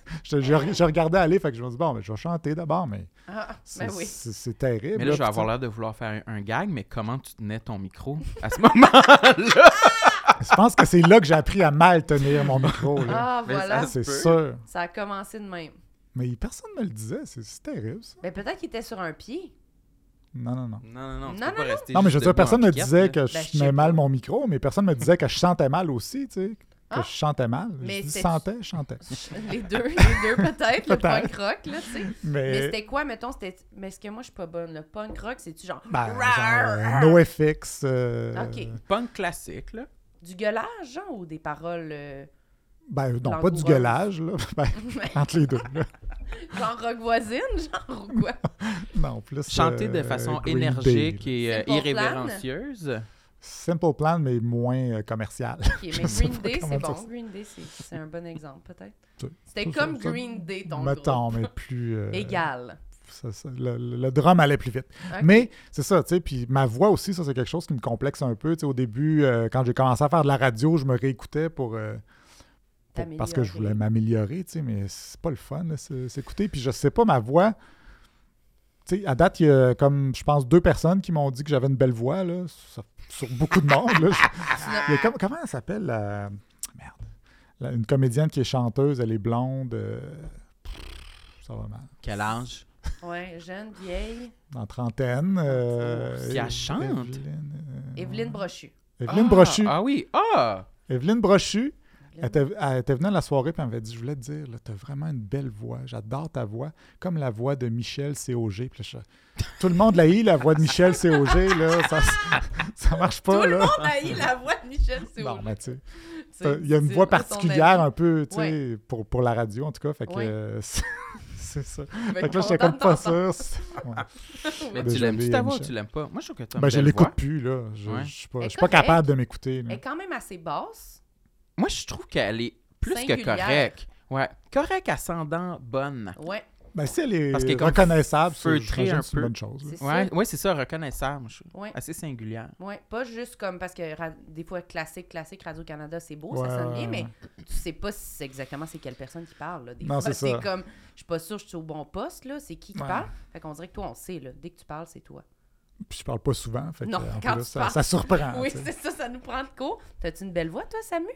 je regardais aller. Fait que je me dis, bon, ben, je vais chanter d'abord. Mais Ah, c'est ben oui. c'est terrible. Mais là, je vais puis avoir l'air de vouloir faire un gag, mais comment tu tenais ton micro à ce moment-là? je pense que c'est là que j'ai appris à mal tenir mon micro. Là. Ah, Mais voilà. ça C'est peut. sûr. Ça a commencé de même. Mais personne ne me le disait. C'est terrible, ça. Ben, peut-être qu'il était sur un pied. Non. Non, tu Non, peux non, pas rester Non, mais je veux juste dire, debout personne en me piquette, disait là. que je Ben, je tenais sais mal pas. mon micro, mais personne me disait que je chantais mal aussi, tu sais. Que Ah. je chantais mal. Mais Je dis c'est- sentais, je chantais. Les deux peut-être. Le Peut-être. punk rock, là, tu sais. Mais Mais, c'était quoi, mettons, c'était... Mais est-ce que moi, je suis pas bonne? Le punk rock, c'est-tu genre... ben, Rar, genre, NoFX. Ok. Punk classique, là. Du gueulage, genre, ou des paroles... Ben, non, pas du Langoureuses. gueulage, là. Ben, entre les deux, là. genre rock voisine, genre, ou quoi? Non, plus. Chanter de façon Green énergique Day, et Simple Plan. irrévérencieuse. Simple Plan, mais moins commercial. OK, mais Je sais Green pas Day, comment c'est dire bon. ça. Green Day, c'est un bon exemple, peut-être. Ça- C'était ça- comme ça- Green Day, ton Mettons, groupe. mais plus. Égal. Le drum allait plus vite. Ok. Mais c'est ça, tu sais, puis ma voix aussi, ça, c'est quelque chose qui me complexe un peu. Tu sais, au début, quand j'ai commencé à faire de la radio, je me réécoutais parce que je voulais m'améliorer, tu sais, mais c'est pas le fun, là, s'écouter. Puis je sais pas, ma voix... Tu sais, à date, il y a comme, je pense, 2 personnes qui m'ont dit que j'avais une belle voix, là, sur beaucoup de monde. Là. Il y a comment elle s'appelle, la... Merde. Une comédienne qui est chanteuse, elle est blonde. Ça va mal. Quel âge? Ouais, jeune, vieille. En trentaine. Si elle chante? Évelyne Brochu. Évelyne Brochu. Ah oui, Évelyne Brochu. Elle était venue à la soirée et elle m'avait dit, je voulais te dire, tu as vraiment une belle voix. J'adore ta voix. Comme la voix de Michel C.O.G. Tout le monde haït la voix de Michel C.O.G. Là, ça marche pas. Tout là. le monde haït la voix de Michel C.O.G. Non, mais tu sais, il y a une voix particulière un peu, tu sais, pour la radio en tout cas. Fait que c'est ça. Fait que là, j'étais comme pas sûr. Mais tu l'aimes-tu ta voix ou tu l'aimes pas? Moi, je trouve que tu as une je l'écoute plus, là. Je suis pas capable de m'écouter. Elle est quand même assez basse. Moi, je trouve qu'elle est plus Singulière. que correcte. Ouais. Correcte, ascendant, bonne. Ouais. Ben, si elle est Parce qu'elle est comme reconnaissable, feutrée un c'est une peu. bonne chose. Ouais, c'est ça, reconnaissable. Je trouve. Ouais. Assez singulière. Ouais, pas juste comme parce que des fois classique Radio-Canada, c'est beau, Ouais. ça sonne bien, mais tu sais pas exactement c'est quelle personne qui parle. Là. Des Non, fois, c'est ça. comme, je suis pas sûre que je suis au bon poste, là, c'est qui Ouais. parle. Fait qu'on dirait que toi, on sait, là, dès que tu parles, c'est toi. Puis je parle pas souvent. Fait que, Non, en quand plus, tu parles. ça surprend. Oui, tu sais. c'est ça nous prend de court. T'as-tu une belle voix, toi, Samu?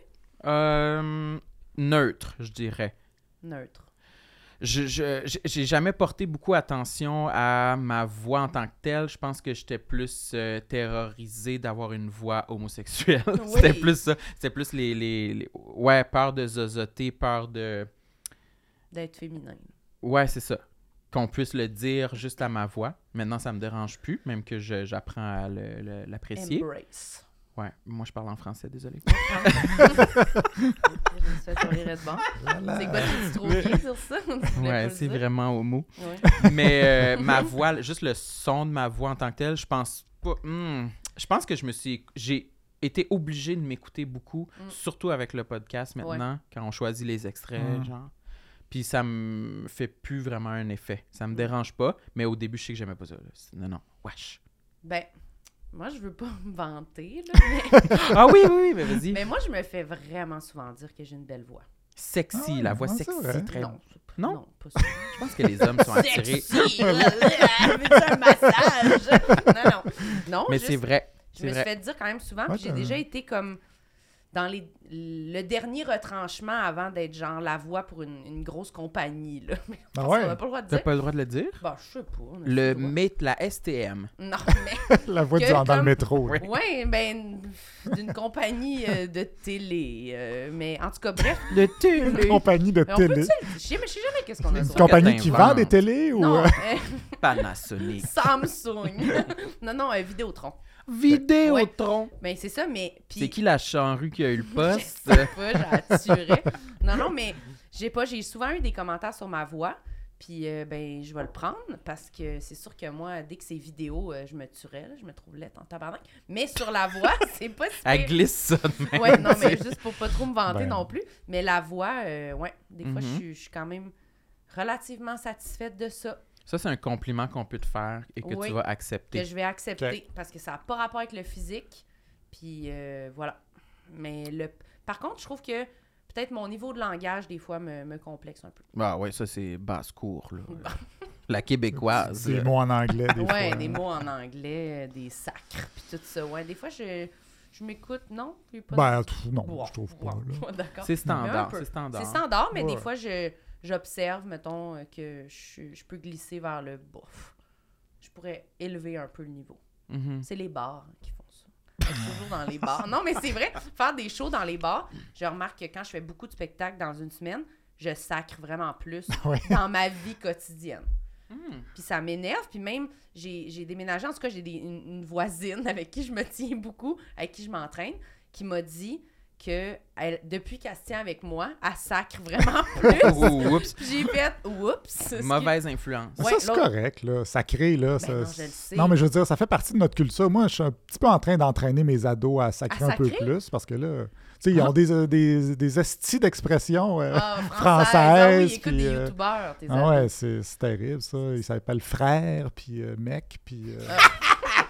Neutre, je dirais. Neutre. J'ai jamais porté beaucoup attention à ma voix en tant que telle. Je pense que j'étais plus terrorisé d'avoir une voix homosexuelle. Oui. C'était plus ça. C'était plus ouais, peur de zozoter, peur de... D'être féminin. Ouais, c'est ça. Qu'on puisse le dire juste à ma voix. Maintenant, ça me dérange plus, même que j'apprends à l'apprécier. Embrace. Ouais, moi, je parle en français, désolé. Je me suis fait de bon. C'est quoi, tu trop bien sur ça? Ouais, c'est vraiment homo. Ouais. Mais ma voix, juste le son de ma voix en tant que tel, je pense pas... je pense que j'ai été obligé de m'écouter beaucoup, surtout avec le podcast maintenant, quand on choisit les extraits, genre. Puis ça me fait plus vraiment un effet. Ça me dérange pas, mais au début, je sais que j'aimais pas ça. Là. Non, wesh. Ben, moi, je veux pas me vanter, là, mais... Ah oui, mais vas-y. Mais moi, je me fais vraiment souvent dire que j'ai une belle voix. Sexy, la voix c'est sexy, vrai. très... Non, Non? pas ça. Je pense que les hommes sont attirés. Sexy! Veux-tu un massage? Non, Mais juste, c'est vrai. je C'est me suis vrai. fait dire quand même souvent, Ouais, puis j'ai déjà été comme dans le dernier retranchement avant d'être genre la voix pour une grosse compagnie, là. Mais Ah on ouais? n'a pas le droit de T'as dire. pas le droit de le dire? Bah, je sais pas. on a Le le droit. la STM. Non, mais... La voix Que dans le comme- métro. là. Ouais, ben, d'une compagnie de télé. Mais en tout cas, bref. Le Une compagnie de On peut-tu télé. le... Je sais jamais qu'est-ce qu'on a Une sur compagnie que qui t'inventes. vend des télés ou... Non, Panasonic. Samsung. non, Vidéotron. Vidéotron. Ben, c'est ça, mais... puis- C'est qui la charrue qui a eu le Je poste? sais pas, j'assurais. Non, mais j'ai souvent eu des commentaires sur ma voix, puis ben, je vais le prendre, parce que c'est sûr que moi, dès que c'est vidéo, je me tuerais, là, je me trouve laide en tabarnak. Mais sur la voix, c'est pas si Elle pire. glisse ça de même. Ouais, non, mais juste pour pas trop me vanter Ben. non plus. Mais la voix, ouais, des fois, Mhm. je suis quand même relativement satisfaite de ça, Ça, c'est un compliment qu'on peut te faire et que Oui. tu vas que accepter. je vais accepter, parce que ça n'a pas rapport avec le physique, puis voilà. Mais par contre, je trouve que peut-être mon niveau de langage, des fois, me complexe un peu. Ah ouais, ça, c'est basse-cour, là. La québécoise. Des mots en anglais, des fois. Ouais, des mots en anglais, des sacres, puis tout ça. Ouais, des fois, je m'écoute, non? Il y a pas Ben, de- non, Wow, je trouve pas. wow, là. D'accord. C'est Mais un standard, peu. c'est standard. C'est standard, mais Ouais. des fois, j'observe, mettons, que je peux glisser vers le bof. Je pourrais élever un peu le niveau. Mhm. C'est les bars qui font ça. Toujours dans les bars. Non, mais c'est vrai, faire des shows dans les bars, je remarque que quand je fais beaucoup de spectacles dans une semaine, je sacre vraiment plus Ouais. dans ma vie quotidienne. Hmm. Puis ça m'énerve. Puis même, j'ai déménagé. En tout cas, j'ai une voisine avec qui je me tiens beaucoup, avec qui je m'entraîne, qui m'a dit que depuis qu'elle se tient avec moi, elle sacre vraiment plus. Oh, oups. Puis j'ai fait « oups ». ce qui- Mauvaise influence. Ouais, ça, c'est l'autre- correct, là. Sacré, là. Ben non, je le sais. Non, mais je veux dire, ça fait partie de notre culture. Moi, je suis un petit peu en train d'entraîner mes ados à sacrer À un peu sacrer? plus, parce que là, tu sais, ils ont des estis d'expressions Ah, françaises. Ah oui, écoute puis, des youtubeurs, tes ah ouais, ados. c'est terrible, ça. Ils s'appellent frère, puis mec, puis...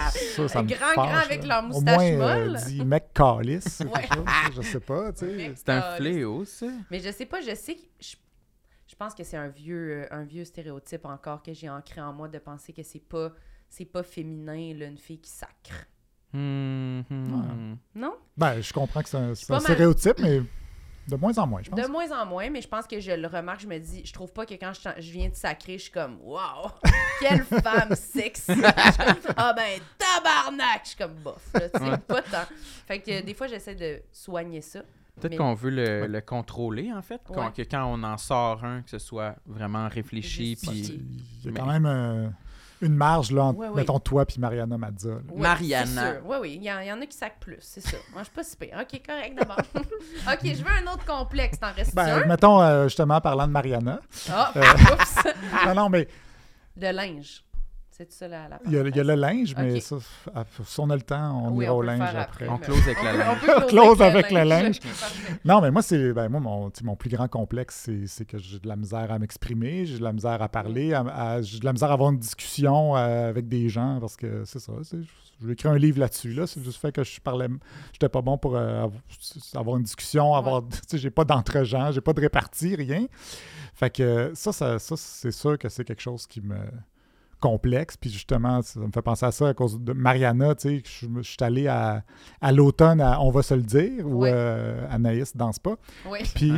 Ça me grand fâche, avec là. leur Au moustache moins, molle. dit mec calice, Ouais. quelque chose, je sais pas, tu sais. C'est un fléau, ça. Mais je sais pas, je sais que je pense que c'est un vieux stéréotype encore que j'ai ancré en moi de penser que c'est pas féminin, là, une fille qui sacre. Non? Ben, je comprends que c'est un pas mal. stéréotype, mais de moins en moins, je pense. De moins en moins, mais je pense que je le remarque, je me dis, je trouve pas que quand je viens de sacrer, je suis comme, wow, quelle femme sexy! Je suis comme, ah ben, tabarnak! Je suis comme, bof, là, tu sais, Ouais. pas tant. Fait que des fois, j'essaie de soigner ça. Peut-être Mais- qu'on veut le contrôler, en fait. Ouais. Que quand on en sort un, que ce soit vraiment réfléchi. Justifié. Puis... Il y a Mais- quand même une marge, là, entre, Ouais, ouais. mettons, toi puis Mariana Mazza. là. Oui, Mariana. Oui, il y en a qui sacent plus, c'est ça. Moi, je suis pas si pire. OK, correct, d'abord. OK, je veux un autre complexe. T'en restes Ben, un? mettons, justement, parlant de Mariana. Ah, oups! Non, mais De linge. C'est ça la il y a le linge, mais Ok. ça, si on a le temps, on Oui, ira on au peut le linge faire après. après. On close avec la On linge. peut Close avec le linge. Ok, parfait. Non, mais moi, mon plus grand complexe, c'est que j'ai de la misère à m'exprimer, j'ai de la misère à parler, j'ai de la misère à avoir une discussion avec des gens, parce que c'est ça. Je vais écrire un livre là-dessus. Là. C'est juste fait que j'étais pas bon pour avoir une discussion, j'ai pas d'entre-gens, j'ai pas de répartie, rien. Fait que ça, c'est sûr que c'est quelque chose qui me complexe, puis justement, ça me fait penser à ça à cause de Mariana, tu sais, je suis allé à l'automne à On va se le dire, où Ouais. Anaïs danse pas, Oui. puis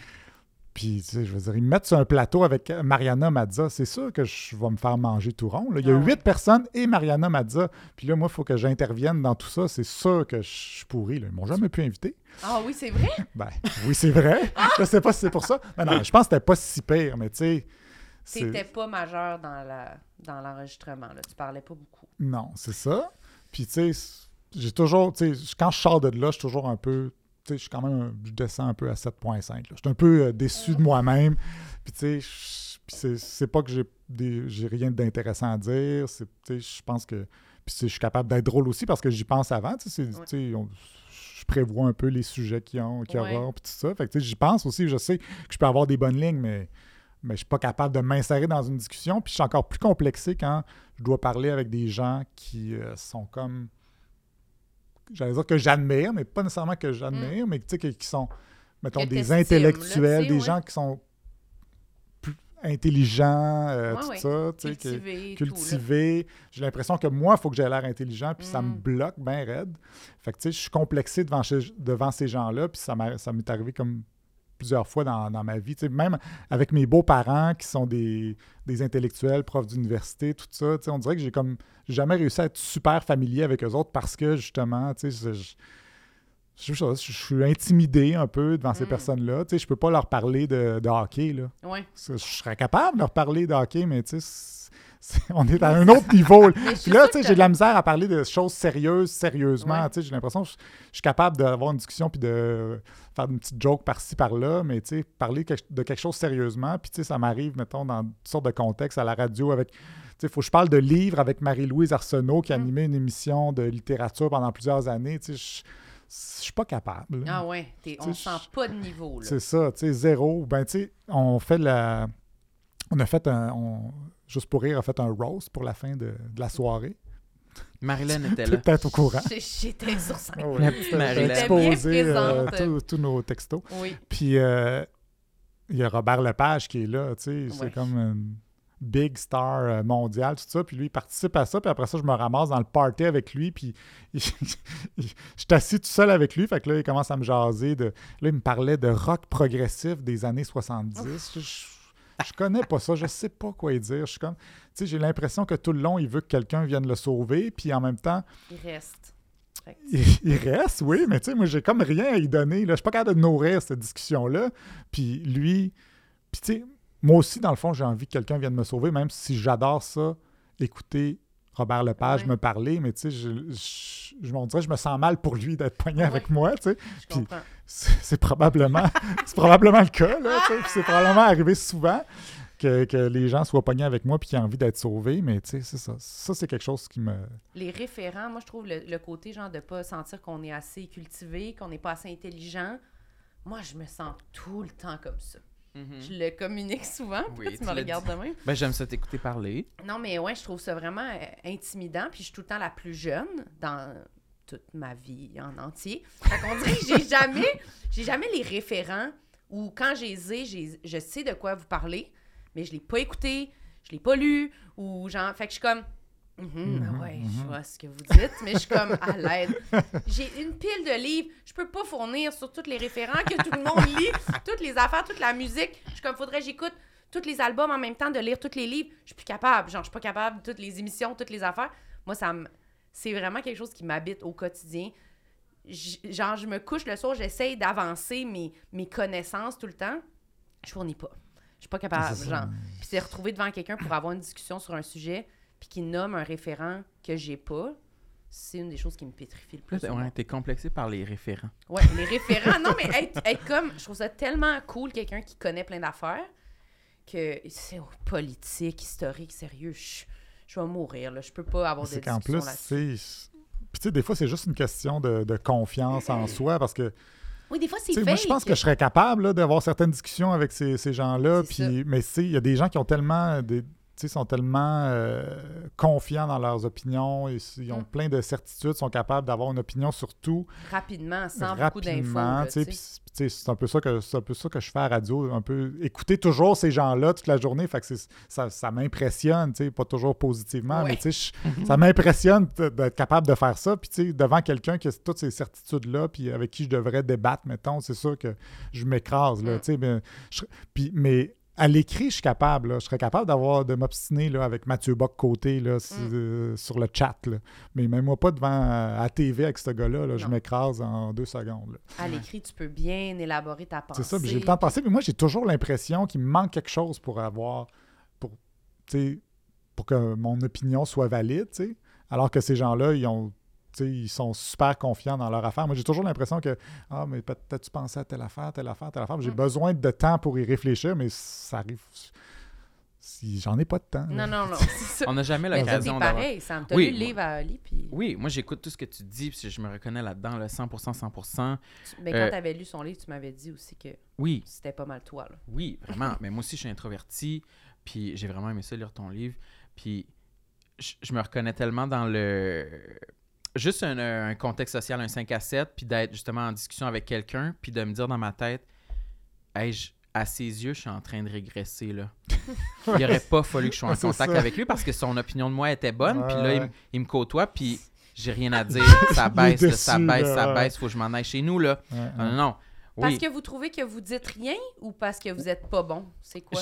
tu sais, je veux dire, ils me mettent sur un plateau avec Mariana Mazza, c'est sûr que je vais me faire manger tout rond, là. Il y a Ah ouais. 8 personnes et Mariana Mazza, puis là, moi, il faut que j'intervienne dans tout ça, c'est sûr que je suis pourri, là. Ils m'ont jamais pu inviter. Ah oui, c'est vrai? Ben, oui, c'est vrai, je sais pas si c'est pour ça, mais non, je pense que c'était pas si pire, mais tu sais, T'étais pas majeur dans l'enregistrement, là. Tu parlais pas beaucoup. non, c'est ça. Puis, tu sais, j'ai toujours, tu sais, quand je sors de là, je suis toujours un peu, tu sais, je suis quand même, je descends un peu à 7,5. là. Je suis un peu déçu de moi-même. Puis, tu sais, c'est pas que j'ai rien d'intéressant à dire. Tu sais, je pense que, puis je suis capable d'être drôle aussi parce que j'y pense avant. Tu sais, Ouais. tu sais, je prévois un peu les sujets qu'il y aura, puis tout ça. Fait que, tu sais, j'y pense aussi. Je sais que je peux avoir des bonnes lignes, mais je suis pas capable de m'insérer dans une discussion. Puis je suis encore plus complexé quand je dois parler avec des gens qui sont comme... J'allais dire que j'admire, mais pas nécessairement que j'admire, mais tu sais, qui sont, mettons, Que des t'estimes, là, intellectuels, tu sais, des ouais. gens qui sont plus intelligents, Ouais, tout ouais. ça, tu sais, Cultivé, cultivés. J'ai l'impression que moi, il faut que j'ai l'air intelligent, puis ça me Mm. bloque bien raide. Fait que, tu sais, je suis complexé devant ces gens-là, puis ça m'est arrivé comme plusieurs fois dans ma vie. Tu sais, même avec mes beaux-parents qui sont des intellectuels, profs d'université, tout ça, tu sais, on dirait que j'ai jamais réussi à être super familier avec eux autres parce que, justement, tu sais, je suis intimidé un peu devant ces personnes-là. Tu sais, je peux pas leur parler de hockey, là. Ouais. Je serais capable de leur parler de hockey, mais tu sais, on est à un autre niveau. Mais je suis Puis là, sûre tu sais, que j'ai de la misère à parler de choses sérieusement. Ouais. Tu sais, j'ai l'impression que je suis capable d'avoir une discussion puis de faire une petite joke par-ci, par-là, mais tu sais, parler de quelque chose sérieusement. Puis tu sais, ça m'arrive, mettons, dans toutes sortes de contextes, à la radio avec... Tu sais, il faut que je parle de livres avec Marie-Louise Arsenault qui a animé une émission de littérature pendant plusieurs années. Tu sais, je suis pas capable. Ah ouais, on Tu sais, sent pas de niveau, là. C'est ça, tu sais, zéro. Ben, tu sais, on a fait Juste pour rire, a fait un roast pour la fin de la soirée. Marilyn était T'es là. peut-être au courant. J'étais sur scène. Oh, La petite Marilyn. J'étais bien exposé présente. tous nos textos. Oui. Puis, il y a Robert Lepage qui est là, tu sais, c'est Ouais. comme une big star mondiale, tout ça. Puis lui, il participe à ça. Puis après ça, je me ramasse dans le party avec lui. Puis je suis assis tout seul avec lui. Fait que là, il commence à me jaser. Là, il me parlait de rock progressif des années 70. Je connais pas ça. Je sais pas quoi dire. Je suis comme... Tu sais, j'ai l'impression que tout le long, il veut que quelqu'un vienne le sauver. Puis en même temps... Il reste. Fait que Il reste, oui, mais tu sais, moi, j'ai comme rien à y donner. Là. Je suis pas capable de nourrir cette discussion-là. Puis lui... Puis tu sais, moi aussi, dans le fond, j'ai envie que quelqu'un vienne me sauver, même si j'adore ça, écouter Robert Lepage Ouais. me parler, mais tu sais, on dirait que je me sens mal pour lui d'être pogné avec moi, tu sais. je Puis comprends. c'est probablement le cas, là, tu sais. Puis c'est probablement arrivé souvent que les gens soient pognés avec moi puis qu'ils aient envie d'être sauvés, mais tu sais, c'est ça. Ça, c'est quelque chose qui me... Les référents, moi, je trouve le côté, genre, de pas sentir qu'on est assez cultivé, qu'on n'est pas assez intelligent. Moi, je me sens tout le temps comme ça. Je le communique souvent. Pourquoi Oui, tu me regardes de même? Ben, j'aime ça t'écouter parler. Non, mais ouais, je trouve ça vraiment intimidant. Puis je suis tout le temps la plus jeune dans toute ma vie en entier. Fait qu'on dirait que j'ai jamais les référents ou quand je sais de quoi vous parlez, mais je l'ai pas écouté, je l'ai pas lu ou genre... Fait que je suis comme... je vois ce que vous dites, mais je suis comme à l'aide. J'ai une pile de livres, je peux pas fournir sur tous les référents que tout le monde lit, toutes les affaires, toute la musique. Je suis comme, faudrait que j'écoute tous les albums en même temps, de lire tous les livres. Je suis plus capable, genre, je suis pas capable de toutes les émissions, toutes les affaires. Moi, c'est vraiment quelque chose qui m'habite au quotidien. Je me couche le soir, j'essaye d'avancer mes connaissances tout le temps. Je fournis pas. Je suis pas capable, genre. Puis c'est retrouver devant quelqu'un pour avoir une discussion sur un sujet puis qui nomme un référent que j'ai pas, c'est une des choses qui me pétrifie le plus. Ouais, t'es complexé par les référents. Ouais, les référents. Non, mais être comme... Je trouve ça tellement cool, quelqu'un qui connaît plein d'affaires, que c'est politique, historique, sérieux. Je vais mourir, là. Je peux pas avoir de discussion là-dessus. Puis tu sais, des fois, c'est juste une question de confiance en soi, parce que... Oui, des fois, c'est fake. fake. Moi, je pense que je serais capable là, d'avoir certaines discussions avec ces gens-là, mais il y a des gens qui ont tellement... sont tellement confiants dans leurs opinions, ils ont plein de certitudes, sont capables d'avoir une opinion sur tout. Rapidement, sans beaucoup d'infos. C'est un peu ça que je fais à la radio, un peu écouter toujours ces gens-là toute la journée, fait que ça m'impressionne, pas toujours positivement, mais ça m'impressionne d'être capable de faire ça, puis devant quelqu'un qui a toutes ces certitudes-là, puis avec qui je devrais débattre, mettons, c'est sûr que je m'écrase, là, mais à l'écrit, je suis capable. Là. Je serais capable de m'obstiner là, avec Mathieu Bock-Côté là, sur le chat. Là. Mais même moi pas devant à TV avec ce gars-là. Là, je m'écrase en 2 secondes. Là. À l'écrit, tu peux bien élaborer ta pensée. C'est ça, j'ai le temps de penser. Mais moi, j'ai toujours l'impression qu'il me manque quelque chose pour que mon opinion soit valide. T'sais. Alors que ces gens-là, ils sont super confiants dans leur affaire. Moi, j'ai toujours l'impression que « Ah, mais peut-être tu pensais à telle affaire. » J'ai besoin de temps pour y réfléchir, mais ça arrive... J'en ai pas de temps. Non, c'est ça. On n'a jamais l'occasion d'avoir... Mais c'est pareil, Sam. T'as lu le livre à Ali, puis... Oui, moi, j'écoute tout ce que tu dis, puis je me reconnais là-dedans, là, 100%. Mais quand t'avais lu son livre, tu m'avais dit aussi que c'était pas mal toi. Là. Oui, vraiment. Mais moi aussi, je suis introverti, puis j'ai vraiment aimé ça, lire ton livre. Puis je me reconnais tellement dans le... Juste un contexte social, un 5 à 7, puis d'être justement en discussion avec quelqu'un, puis de me dire dans ma tête, hey, à ses yeux, je suis en train de régresser, là. Il n'aurait pas fallu que je sois en contact avec lui parce que son opinion de moi était bonne, puis là, il me côtoie, puis j'ai rien à dire. Ça baisse, là, ça baisse, faut que je m'en aille chez nous, là. Non. Parce que vous trouvez que vous dites rien ou parce que vous êtes pas bon? C'est quoi?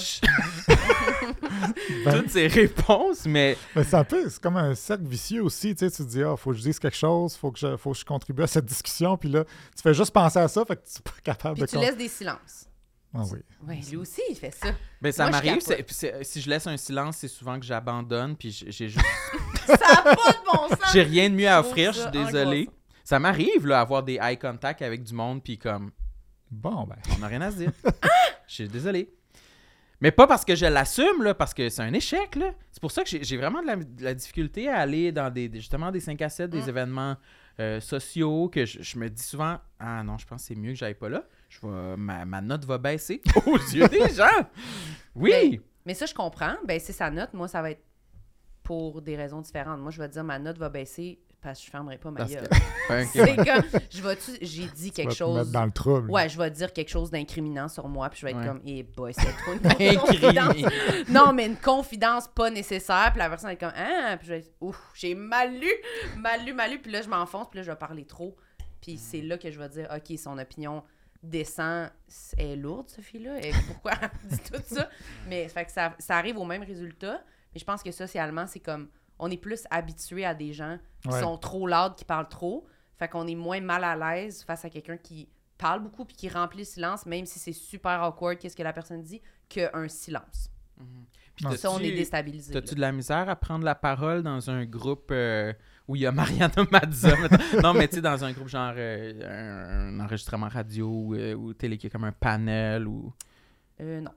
Toutes ces réponses, mais... c'est comme un cercle vicieux aussi. Tu te dis, faut que je dise quelque chose, faut que je contribue à cette discussion. Puis là, tu fais juste penser à ça, fait que tu n'es pas capable puis tu laisses des silences. Ah oui. Oui, lui aussi, il fait ça. Ben, ça m'arrive. Si je laisse un silence, c'est souvent que j'abandonne, puis j'ai juste... Ça n'a pas de bon sens! J'ai rien de mieux à offrir, je suis désolé. Ça m'arrive, là, avoir des eye contact avec du monde, puis comme... Bon, ben... On n'a rien à se dire. Je suis désolé. Mais pas parce que je l'assume, là, parce que c'est un échec, là. C'est pour ça que j'ai vraiment de la difficulté à aller dans justement des 5 à 7, des événements sociaux, que je me dis souvent, ah non, je pense que c'est mieux que j'aille pas là. Ma note va baisser aux yeux des gens. Oui! Mais ça, je comprends. Ben, c'est sa note. Moi, ça va être pour des raisons différentes. Moi, je vais dire, ma note va baisser parce que je fermerai pas ma gueule. C'est comme, j'ai dit quelque chose... te mettre dans le trouble. Ouais, je vais dire quelque chose d'incriminant sur moi, puis je vais être comme, boy, c'est trop une confidence. Non, mais une confidence pas nécessaire, puis la personne est comme, puis je vais être, j'ai mal lu, puis là, je m'enfonce, puis là, je vais parler trop. Puis c'est là que je vais dire, OK, son opinion descend, est lourde, cette fille-là, et pourquoi elle dit tout ça? Mais fait que ça arrive au même résultat, mais je pense que socialement, c'est comme, on est plus habitué à des gens qui sont trop loud, qui parlent trop. Fait qu'on est moins mal à l'aise face à quelqu'un qui parle beaucoup puis qui remplit le silence, même si c'est super awkward, qu'est-ce que la personne dit, qu'un silence. Puis ça, on est déstabilisé. T'as-tu de la misère à prendre la parole dans un groupe où il y a Mariana Mazza? Non, mais tu sais, dans un groupe genre un enregistrement radio ou télé qui est comme un panel ou... Non.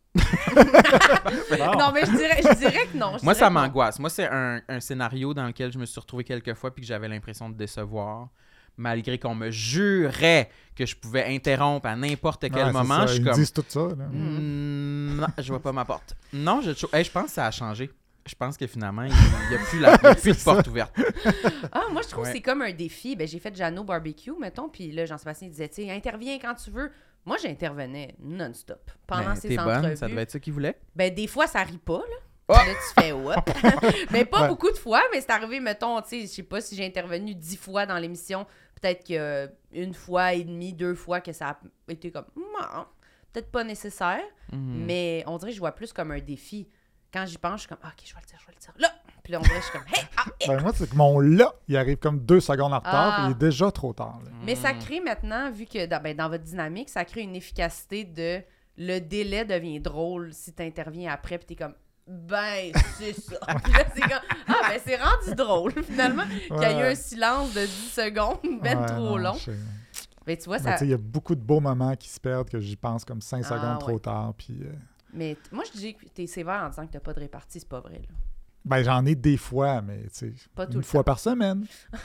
Non, mais je dirais que non. Moi, ça m'angoisse. Moi, c'est un scénario dans lequel je me suis retrouvé quelques fois puis que j'avais l'impression de décevoir. malgré qu'on me jurait que je pouvais interrompre à n'importe quel Ouais, moment. c'est ça. Je suis Ils comme... disent tout ça. Là. Non, je vois pas ma porte. Non, je pense que ça a changé. Je pense que finalement, il n'y a plus, de porte ouverte. Ah, moi, je trouve Ouais. que c'est comme un défi. Ben, j'ai fait Jeannot Barbecue, mettons, puis là, Jean-Sébastien disait, tu sais, interviens quand tu veux. Moi, j'intervenais non-stop pendant Ben, ces t'es entrevues. bonne, ça devait être ça qu'il voulait. Ben, des fois, ça rit pas, là. Oh! Là, tu fais whoop. Mais pas Ouais. beaucoup de fois, mais c'est arrivé, mettons, tu sais, je sais pas si j'ai intervenu 10 fois dans l'émission. Peut-être qu'une fois et demie, 2 fois que ça a été comme, peut-être pas nécessaire, Mhm. mais on dirait que je vois plus comme un défi. Quand j'y pense, je suis comme, OK, je vais le dire. Là! Puis là, on dirait que je suis comme, hey! Ben, moi, c'est que mon là, il arrive comme 2 secondes en retard, Ah. puis il est déjà trop tard. Là. Mais ça crée maintenant, vu que dans votre dynamique, ça crée une efficacité de le délai devient drôle si tu interviens après, puis t'es comme, ben, c'est ça. Puis là, c'est comme, ben, c'est rendu drôle, finalement, qu'il y a eu Ouais. un silence de 10 secondes, ben Ouais, trop non, long. je sais. Mais tu vois, Mais ça. tu sais, il y a beaucoup de beaux moments qui se perdent que j'y pense comme 5 Ah, secondes ouais. trop tard. Puis, Mais moi, je dis que t'es sévère en disant que t'as pas de répartie, c'est pas vrai, là. ben, j'en ai des fois, mais tu sais, Pas tout une le fois temps. par semaine.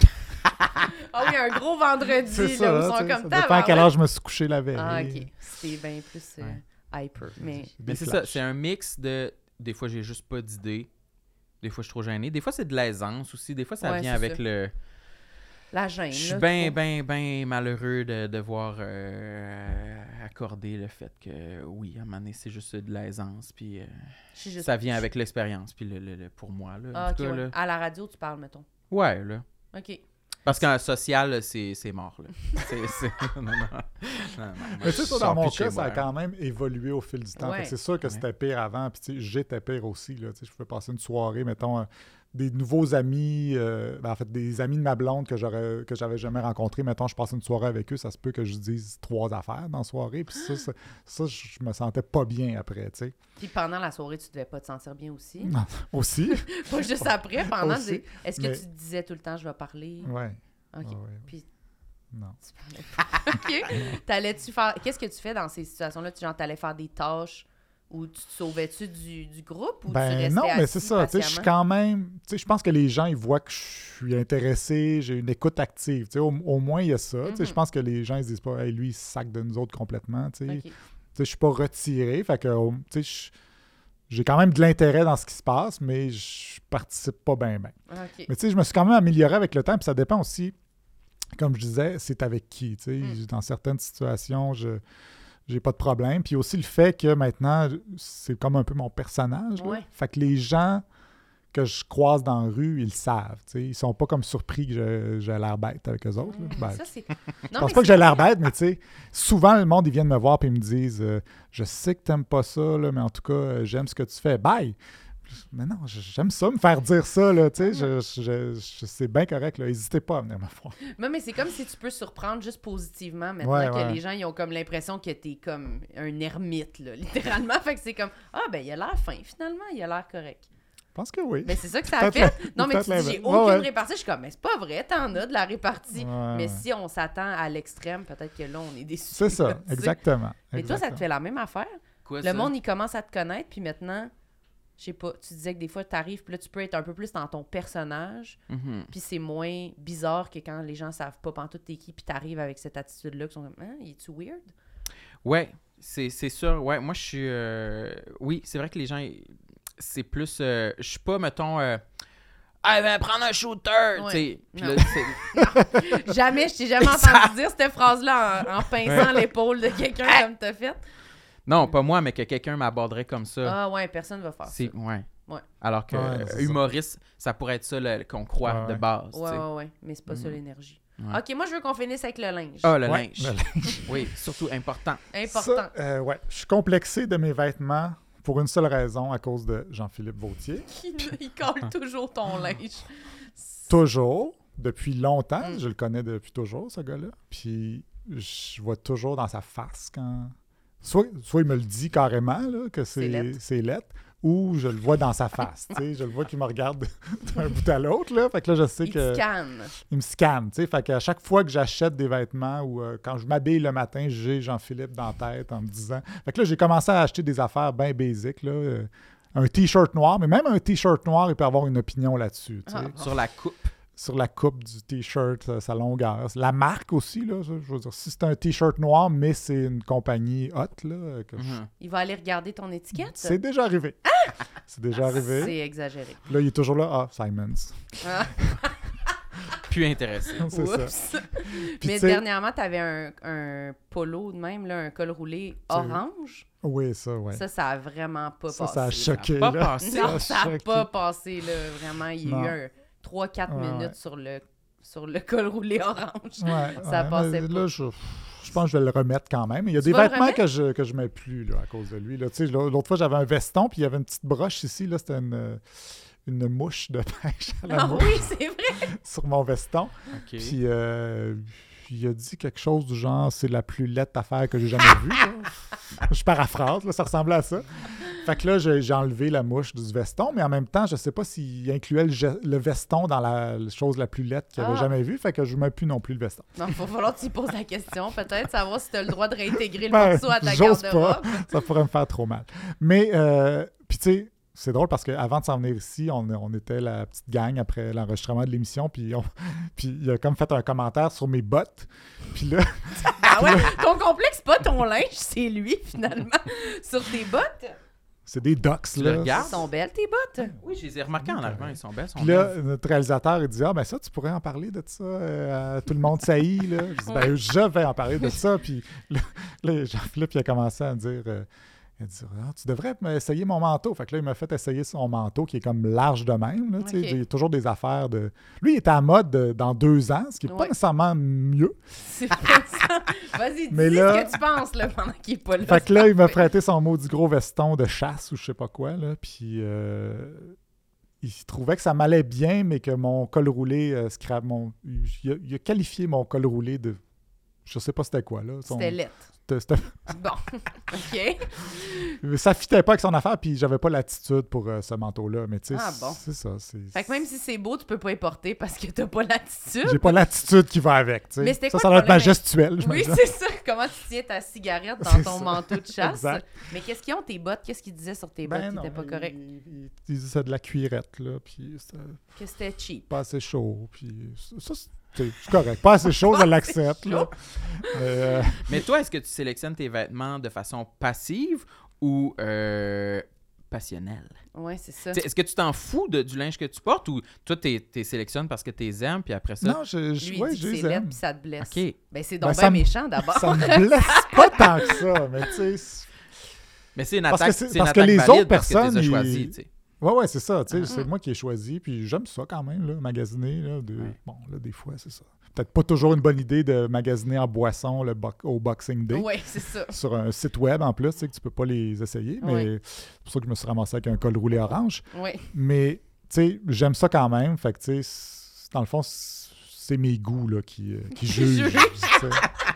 Ah oui, un gros vendredi, C'est là, où ça, ils sont tu sais, comme ça dépend à quelle tabarouette. heure je me suis couché la veille. Ah, OK. C'était bien plus hyper. Mais Des Mais c'est ça, flashs. c'est un mix de... Des fois, j'ai juste pas d'idée. Des fois, je suis trop gêné. Des fois, c'est de l'aisance aussi. Des fois, ça Ouais, vient c'est avec ça. le... la gêne, Je suis là, bien malheureux de devoir accorder le fait que, oui, à un moment donné, c'est juste de l'aisance. Puis Je suis juste- ça vient avec l'expérience. Puis pour moi, là, Ah, en OK, tout cas, ouais. là. À la radio, tu parles, mettons. Ouais, là. OK. Parce qu'en social, là, c'est mort, là. Non. Mais tu sais, ça, Je dans sors mon plus de cas, chez ça a moi. quand même évolué au fil du temps. Ouais. Fait que c'est sûr que Ouais. c'était pire avant, puis tu sais, j'étais pire aussi. Là, tu sais, je pouvais passer une soirée, mettons, des nouveaux amis, en fait, des amis de ma blonde que j'avais jamais rencontrés. Mettons, je passais une soirée avec eux, ça se peut que je dise 3 affaires dans la soirée, puis ça, je me sentais pas bien après, tu sais. Puis pendant la soirée, tu devais pas te sentir bien aussi. Non, aussi, Pas juste après, pendant. Aussi, Est-ce que mais- tu te disais tout le temps, je vais parler? ouais. OK. Ouais, ouais. Puis Non. tu parlais pas. OK. T'allais-tu faire... Qu'est-ce que tu fais dans ces situations-là? Genre, t'allais faire des tâches ou tu te sauvais-tu du groupe ou tu restais Non, mais assis c'est ça. Tu sais, je suis patiemment? quand même. Tu sais, je pense que les gens, ils voient que je suis intéressé, j'ai une écoute active. Tu sais, au moins, il y a ça. Tu sais, je pense que les gens, ils se disent pas, hey, lui, il se sac de nous autres complètement. Tu sais, OK. Tu sais, je suis pas retiré. Fait que, tu sais, j'ai quand même de l'intérêt dans ce qui se passe, mais je participe pas bien. OK. Mais tu sais, je me suis quand même amélioré avec le temps, puis ça dépend aussi, comme je disais, c'est avec qui. Tu sais, dans certaines situations, j'ai pas de problème. Puis aussi le fait que maintenant, c'est comme un peu mon personnage. Là. Ouais. Fait que les gens que je croise dans la rue, ils le savent. Tu sais, ils sont pas comme surpris que j'ai l'air bête avec eux autres. Là. Ben, Ça, c'est... je pense pas que j'ai l'air bête, mais tu sais, souvent, le monde, ils viennent me voir et ils me disent je sais que t'aimes pas ça, là, mais en tout cas, j'aime ce que tu fais. Bye! Mais non, j'aime ça, me faire dire ça, là, tu sais, c'est bien correct, là. N'hésitez pas à venir me voir. Non, mais c'est comme si tu peux surprendre juste positivement maintenant Ouais, que ouais. les gens ils ont comme l'impression que t'es comme un ermite, là, littéralement. Fait que c'est comme, ben il a l'air fin, finalement, il a l'air correct. Je pense que oui. Mais c'est ça que ça a fait. Non, mais tu dis, j'ai aucune répartie. Je suis comme, mais c'est pas vrai, t'en as de la répartie. Ouais, mais ouais. si on s'attend à l'extrême, peut-être que là, on est déçus. C'est ça, là, tu sais. exactement. Mais toi, ça te exactement. fait la même affaire. Quoi, Le ça? monde, il commence à te connaître, puis maintenant, je sais pas, tu disais que des fois, t'arrives, puis là, tu peux être un peu plus dans ton personnage, Mhm. puis c'est moins bizarre que quand les gens savent pas pantoute t'es qui, puis t'arrives avec cette attitude-là, qui sont comme, il est-tu weird? Ouais, c'est sûr. Ouais, moi, je suis... Oui, c'est vrai que les gens... C'est plus... je suis pas, mettons... Ah, ben, prendre un shooter! Ouais. Tu sais. Puis Non. là, c'est... Jamais, je t'ai jamais entendu dire cette phrase-là en pinçant l'épaule de quelqu'un comme t'as fait. Non, pas moi, mais que quelqu'un m'aborderait comme ça. Ah ouais, personne va faire ça. C'est... Ouais. Ouais. Alors que Ouais, c'est ça. humoriste, ça pourrait être ça qu'on croit Ouais, de ouais. base. tu Ouais, sais. ouais, ouais, mais c'est pas ça l'énergie. Ouais. OK, moi, je veux qu'on finisse avec le linge. Ah, le Ouais, linge. Oui, surtout important. Important. Ça, ouais. Je suis complexé de mes vêtements pour une seule raison, à cause de Jean-Philippe Vautier. Il colle toujours ton linge. Toujours, depuis longtemps, Mm. je le connais depuis toujours, ce gars-là. Puis je vois toujours dans sa face quand... Soit il me le dit carrément, là, que C'est lettre. c'est lettre, ou je le vois dans sa face. Tu sais, je le vois qu'il me regarde d'un bout à l'autre. Là. Fait que là, je sais Il que... te scanne. Il me scanne, tu sais. Fait qu'à chaque fois que j'achète des vêtements ou quand je m'habille le matin, j'ai Jean-Philippe dans la tête en me disant... Fait que là, j'ai commencé à acheter des affaires bien basiques, là. Un T-shirt noir, mais même un T-shirt noir, il peut avoir une opinion là-dessus, tu sais. Ah. Sur la coupe. sur la coupe du T-shirt, sa longueur. La marque aussi, là, je veux dire, si c'est un T-shirt noir, mais c'est une compagnie hot, là, Il va aller regarder ton étiquette? C'est déjà arrivé. C'est déjà arrivé. C'est exagéré. Là, il est toujours là. Ah, Simons. Ah. Plus intéressé. C'est Oups. ça. Mais Puis, tu sais- dernièrement, tu avais un polo de même, là, un col roulé orange. Oui, ça, ouais. Ça a vraiment pas Ça, passé. ça a là. choqué, Pas là. passé. Non, ça a choqué. pas passé, là. Vraiment, il y Non. a eu 3-4 Ouais, minutes ouais. sur le col roulé orange. Ouais, Ça passait mais pas. Là, je pense que je vais le remettre quand même. Il y a Tu des vas le vêtements remettre? que je mets plus là, à cause de lui. Là. Tu sais, l'autre fois, j'avais un veston, puis il y avait une petite broche ici. Là, c'était une mouche de pêche à la Ah mouche oui, c'est vrai. sur mon veston. OK. Puis il a dit quelque chose du genre « c'est la plus laide affaire que j'ai jamais vue ». Je paraphrase, là, ça ressemblait à ça. Fait que là, j'ai enlevé la mouche du veston, mais en même temps, je sais pas s'il incluait le veston dans la chose la plus laide qu'il avait jamais vue. Fait que je ne mets plus non plus le veston. Non, il va falloir que tu poses la question. Peut-être savoir si tu as le droit de réintégrer le Ben, morceau à ta j'ose garde-robe. pas. Ça pourrait me faire trop mal. Mais, puis tu sais, c'est drôle parce qu'avant de s'en venir ici, on était la petite gang après l'enregistrement de l'émission, puis il a comme fait un commentaire sur mes bottes. Puis là, Ah ouais, ton complexe, pas ton linge, c'est lui, finalement. Sur tes bottes. c'est des docks, Tu le là. regardes? Elles sont belles, tes bottes. Oui, je les ai remarqués en arrivant. Ils sont belles. Puis là, notre réalisateur, il dit « Ah, ben ça, tu pourrais en parler de ça. Tout le monde saillit, là. » Je dis « Ben, je vais en parler de ça. » Puis là, Jean-Philippe, il a commencé à me dire... il a dit ah, tu devrais essayer mon manteau. Fait que là, il m'a fait essayer son manteau qui est comme large de même. Là, tu sais. Ok. Il y a toujours des affaires de. Lui, il était à mode dans 2 ans, ce qui n'est pas Ouais. nécessairement mieux. C'est pas ça. Vas-y, Mais dis là- ce que tu penses là, pendant qu'il est pas là. Fait que là, il m'a prêté son maudit gros veston de chasse ou je sais pas quoi. Là, puis il trouvait que ça m'allait bien, mais que mon col roulé, il a qualifié mon col roulé de. Je sais pas c'était quoi. Là. C'était lettre. C'était- Bon, OK. Ça fitait pas avec son affaire, puis j'avais pas l'attitude pour ce manteau-là. Mais tu sais, Ah bon. c'est ça. Fait que même si c'est beau, tu peux pas y porter parce que t'as pas l'attitude. J'ai pas l'attitude qui va avec. Tu sais. Mais c'était ça, quoi ça le doit être ma problème avec- gestuelle. Oui, j'imagine. c'est ça. Comment tu tiens ta cigarette dans C'est ton ça. manteau de chasse. Exact. Mais qu'est-ce qu'ils ont tes bottes? Qu'est-ce qu'ils disaient sur tes Ben bottes qui non, n'étaient pas correctes? il disait c'est de la cuirette, là, puis c'était Que c'était cheap. pas assez chaud, puis ça, c'est correct. Pas assez chaud, je l'accepte, là. Mais, Mais toi, est-ce que tu sélectionnes tes vêtements de façon passive ou passionnelle? Ouais, c'est ça. T'sais, est-ce que tu t'en fous du linge que tu portes ou toi, t'es sélectionnes parce que t'es aimes, puis après ça... non, Lui, ouais, il dit je que les c'est laid aime. puis ça te blesse. OK. Ben, c'est Ben, donc ça bien me- méchant d'abord. Ça me blesse pas tant que ça, mais tu sais... Mais c'est une Parce que attaque, c'est- c'est une parce que attaque les valide autres parce que tu les as personnes, choisis, ils- tu sais. Ouais, c'est ça, tu sais, c'est moi qui ai choisi, puis j'aime ça quand même, là, magasiner, là, Ouais. bon, là, des fois, c'est ça. Peut-être pas toujours une bonne idée de magasiner en boisson au Boxing Day. Oui, c'est ça. Sur un site web en plus, tu sais que tu peux pas les essayer, mais Oui. c'est pour ça que je me suis ramassé avec un col roulé orange. Oui. Mais, tu sais, j'aime ça quand même, fait que, tu sais, dans le fond, c'est mes goûts, là, qui jugent. tu sais.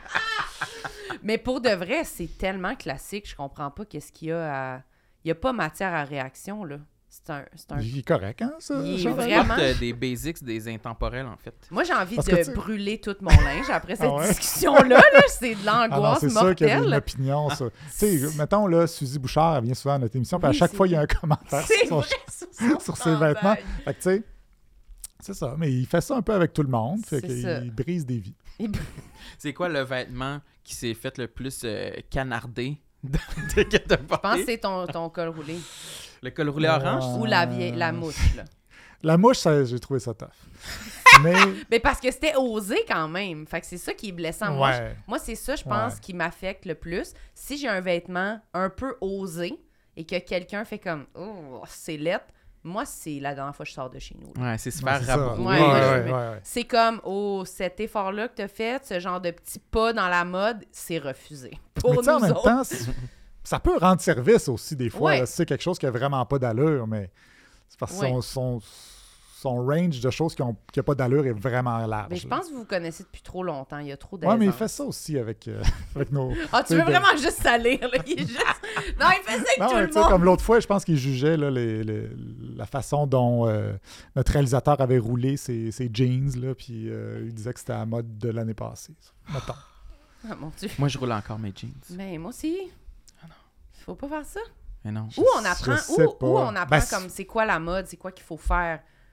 Mais pour de vrai, c'est tellement classique, je comprends pas qu'est-ce qu'il y a à... Il y a pas matière à réaction, là. C'est un... Il est correct, hein, ça? Il est Jean? vrai. Vraiment? Des basics, des intemporels, en fait. Moi, j'ai envie Parce que de tu- brûler tout mon linge après cette Ah ouais? discussion-là. Là. C'est de Ah non, l'angoisse c'est sûr qu'il y a une mortelle. opinion, ça. Tu sais, mettons, là, Suzy Bouchard, elle vient souvent à notre émission, puis à Oui, chaque c'est fois, il y a un commentaire C'est sur, vrai, son sur ses vêtements. chandail. Fait que, tu sais, c'est ça. Mais il fait ça un peu avec tout le monde, fait C'est ça. qu'il brise des vies. C'est quoi le vêtement qui s'est fait le plus canarder que t'as Je pense porté? que c'est ton col roulé. Le col roulé orange? Ou la mouche, là. La mouche, j'ai trouvé ça tough. Mais, Mais parce que c'était osé quand même. Fait que c'est ça qui est blessant. Moi, ouais. moi c'est ça, je pense, Ouais. qui m'affecte le plus. Si j'ai un vêtement un peu osé et que quelqu'un fait comme « Oh, c'est lettre », moi, c'est la dernière fois que je sors de chez nous. là. Ouais, c'est se Ouais, faire c'est ça. rabrouer. Ouais, Ouais, je- ouais. C'est comme « Oh, cet effort-là que t'as fait, ce genre de petit pas dans la mode, c'est refusé. » Pour Mais nous tu sais, en même autres. temps, ça peut rendre service aussi des fois. Ouais. là. Si c'est quelque chose qui a vraiment pas d'allure, mais c'est parce que Ouais. son range de choses qui n'a pas d'allure est vraiment large. Mais je là. pense que vous vous connaissez depuis trop longtemps. Il y a trop Ouais, mais il d'aisance. fait ça aussi avec, avec nos... Ah, tu veux sais, de- vraiment juste salir, là? Il est juste... Non, il fait ça avec Non, tout mais le tu sais, monde. comme l'autre fois, je pense qu'il jugeait là, la façon dont notre réalisateur avait roulé ses jeans, là, puis il disait que c'était à la mode de l'année passée. Mettons. Ah, mon Dieu. Moi, je roule encore mes jeans. Mais moi aussi. Faut pas faire ça. Mais non. Où on apprend, sais où pas. on apprend Ben, comme c'est quoi la mode, c'est quoi qu'il faut faire.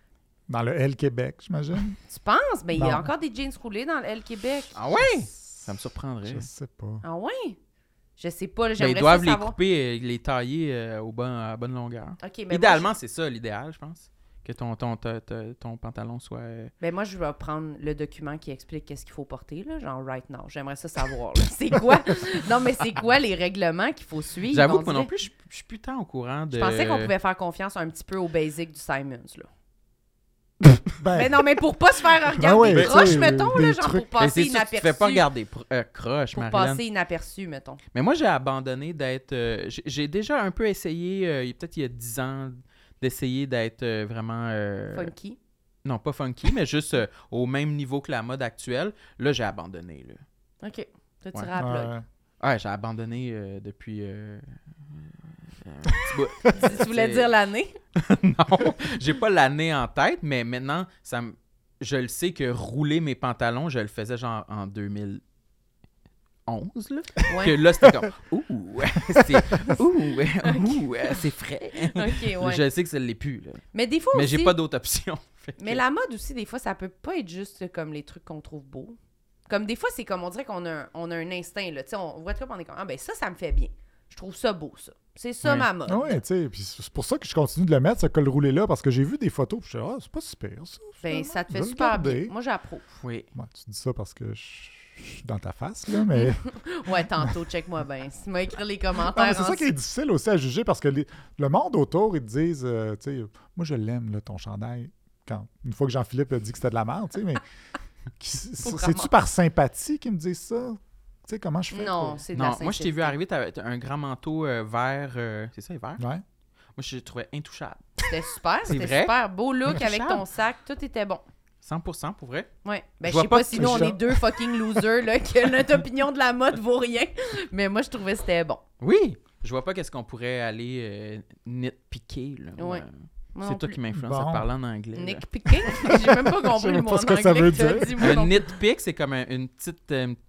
Dans le L Québec, j'imagine. Tu penses? Ben, il y a Non. encore des jeans roulés dans le L Québec. Ah ouais? Ça me surprendrait. Je sais pas. Ah ouais? Je sais pas, là, Ben, j'aimerais ils doivent ça les savoir. couper, les tailler à la bonne longueur. OK, mais Idéalement, c'est ça l'idéal, je pense. Que ton pantalon soit... moi, je vais prendre le document qui explique qu'est-ce qu'il faut porter, là, genre right now. J'aimerais ça savoir. Là. C'est quoi? Non, mais c'est quoi les règlements qu'il faut suivre? J'avoue on que moi dirait? non plus, je suis plus tant au courant de... Je pensais qu'on pouvait faire confiance un petit peu au basic du Simons, là. Ben, Mais non, mais pour pas se faire regarder ouais, croche, tu sais, mettons, là, des genre trucs. pour Mais passer c'est sûr que tu inaperçu. te fais pas regarder croche, Pour Marilyn. passer inaperçu, mettons. Mais moi, j'ai abandonné d'être... j'ai déjà un peu essayé, peut-être il y a 10 ans, d'essayer d'être vraiment... Funky. Non, pas funky, mais juste au même niveau que la mode actuelle. Là, j'ai abandonné. Là. OK. Toi, tu Ouais. à la plug. ouais. Ouais, j'ai abandonné depuis un petit bout. Si tu voulais dire l'année. Non, j'ai pas l'année en tête, mais maintenant, je le sais que rouler mes pantalons, je le faisais genre en 2011, là. Ouais. Que là, c'était comme c'est frais. OK, ouais. Je sais que ça l'est plus, là. Mais des fois Mais aussi... j'ai pas d'autre option. Fait que- Mais la mode aussi, des fois, ça peut pas être juste comme les trucs qu'on trouve beaux. Comme des fois, c'est comme on dirait qu'on a un instinct, là. Tu sais, on voit trop, on est comme, ah ben ça me fait bien. Je trouve ça beau, ça. C'est ça Ouais. ma mode. Ah ouais, tu sais, puis c'est pour ça que je continue de le mettre, ce col roulé-là, parce que j'ai vu des photos, puis je suis c'est pas super, ça. Ben, finalement. ça te Je fait vais le super garder. bien. Moi, j'approuve. Oui. Ouais, tu dis ça parce que je suis dans ta face, là, mais... Ouais, tantôt, check-moi bien. Si tu m'as écrit les Non, commentaires. mais c'est ça qui est difficile aussi à juger, parce que le monde autour, ils te disent, tu sais, moi, je l'aime, là, ton chandail. Une fois que Jean-Philippe a dit que c'était de la merde, tu sais, mais... C'est-tu par sympathie qu'ils me disent ça? Tu sais, comment je fais? Non, pour- c'est de la Non, moi, je t'ai vu sincérité. arriver, t'as un grand manteau vert. C'est ça, vert? Ouais. Moi, je le trouvais intouchable. C'était super, C'est c'était vrai? super. Beau look Intouchable. avec ton sac, tout était bon. 100% pour vrai. Ouais. Ben, Je je vois sais pas pas que si nous, on je- est deux fucking losers, là, que notre opinion de la mode vaut rien. Mais moi, je trouvais que c'était bon. Oui! Je vois pas qu'est-ce qu'on pourrait aller nitpicker, là. Ouais. Moi, Moi c'est non toi plus. qui m'influence Bon. à parler en anglais. là. Nick Piquet? J'ai même pas Je compris sais le même mot pas en ce que ça anglais veut que t'as dire. dit, moi Un non plus. nitpick, c'est comme une petite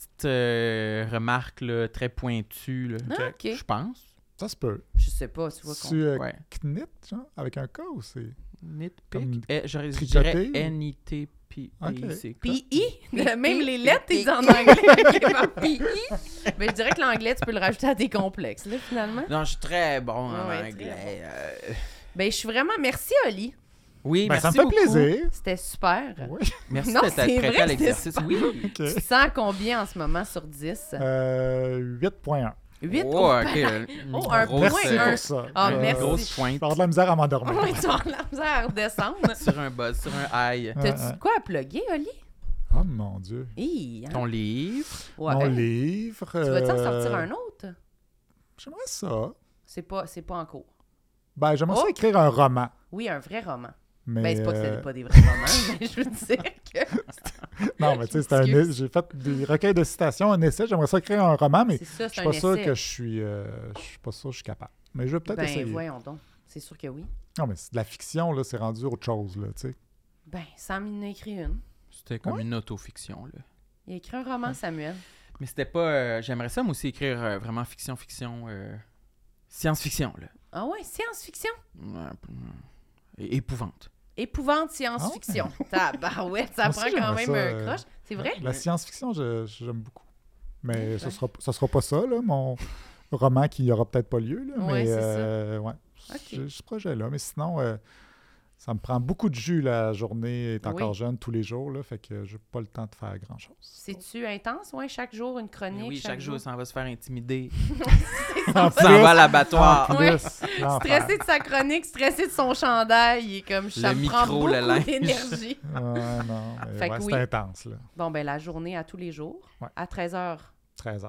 remarque là, très pointue, là, Ah, OK. je pense. Ça se peut. Je sais pas, tu vois qu'on... Tu Ouais. knit, genre, avec un K ou c'est... Nitpick. Comme Je tricoter, dirais ou- N-I-T-P-I-C. P.I. Même les lettres, t'es dit en anglais. OK, bon, P.I. Mais je dirais que l'anglais, tu peux le rajouter à tes complexes, là, finalement. Non, je suis très bon en Ouais, anglais. Ben, je suis vraiment... Merci, Oli. Oui, Ben, merci ça me fait beaucoup. plaisir. C'était super. Oui. Merci Non, de t'être c'est prêté vrai à que l'exercice. c'était Oui. OK. Tu te sens combien en ce moment sur 10? 8.1. 8? Oh, OK. Oh, un grosse, point, Merci un- pour ça. Ah, une merci. grosse Je pointe vais avoir de la misère à m'endormir. Ouais, tu vas avoir la misère à redescendre. sur un buzz, sur un high. T'as-tu de quoi à plugger, Oli? Oh mon Dieu. Hi, hein? Ton livre. Ouais. Mon livre. Tu vas-tu en sortir un autre? J'aimerais ça. C'est pas en cours. Ben, j'aimerais Oh! ça écrire un roman. Oui, un vrai roman. Mais, Ben, c'est pas que c'était pas des vrais romans, mais je veux dire que... Non, mais tu sais, c'est Excuse. j'ai fait des recueils de citations, un essai. J'aimerais ça écrire un roman, mais C'est ça, je c'est suis un pas sûr essai. que je suis pas sûr que je suis capable. Mais je vais peut-être Ben, essayer. voyons donc. C'est sûr que oui. Non, mais c'est de la fiction, là, c'est rendu autre chose, là, tu sais. Ben, Sam, il en a écrit une. C'était comme Ouais. une autofiction, là. Il a écrit un roman, Samuel. Mais c'était pas... J'aimerais ça, moi aussi, écrire vraiment fiction, science-fiction, là. Ah ouais, science-fiction. Épouvante. Épouvante science-fiction. Tabarouette, ça Moi prend aussi, quand j'aimerais même ça, un croche. C'est vrai? La science-fiction, j'aime beaucoup. Mais Ouais. ça sera pas ça, là, mon roman qui n'aura peut-être pas lieu, là. Ouais, mais c'est ça. ouais, Ok. j'ai ce projet-là. Mais sinon, ça me prend beaucoup de jus, la journée est encore Oui. jeune tous les jours, là, fait que j'ai pas le temps de faire grand-chose. C'est-tu intense, ouais? Chaque jour, une chronique? Oui, chaque jour, ça en va se faire intimider. En Ça en va à l'abattoir. En Ouais. plus, l'enfer. Stressé de sa chronique, stressé de son chandail. Il est comme, ça Le me prend micro, le beaucoup linge. d'énergie. Ouais, non, mais Fait que ouais, oui. c'est intense, là. Bon, ben la journée à tous les jours, Ouais. à 13h06. 13h.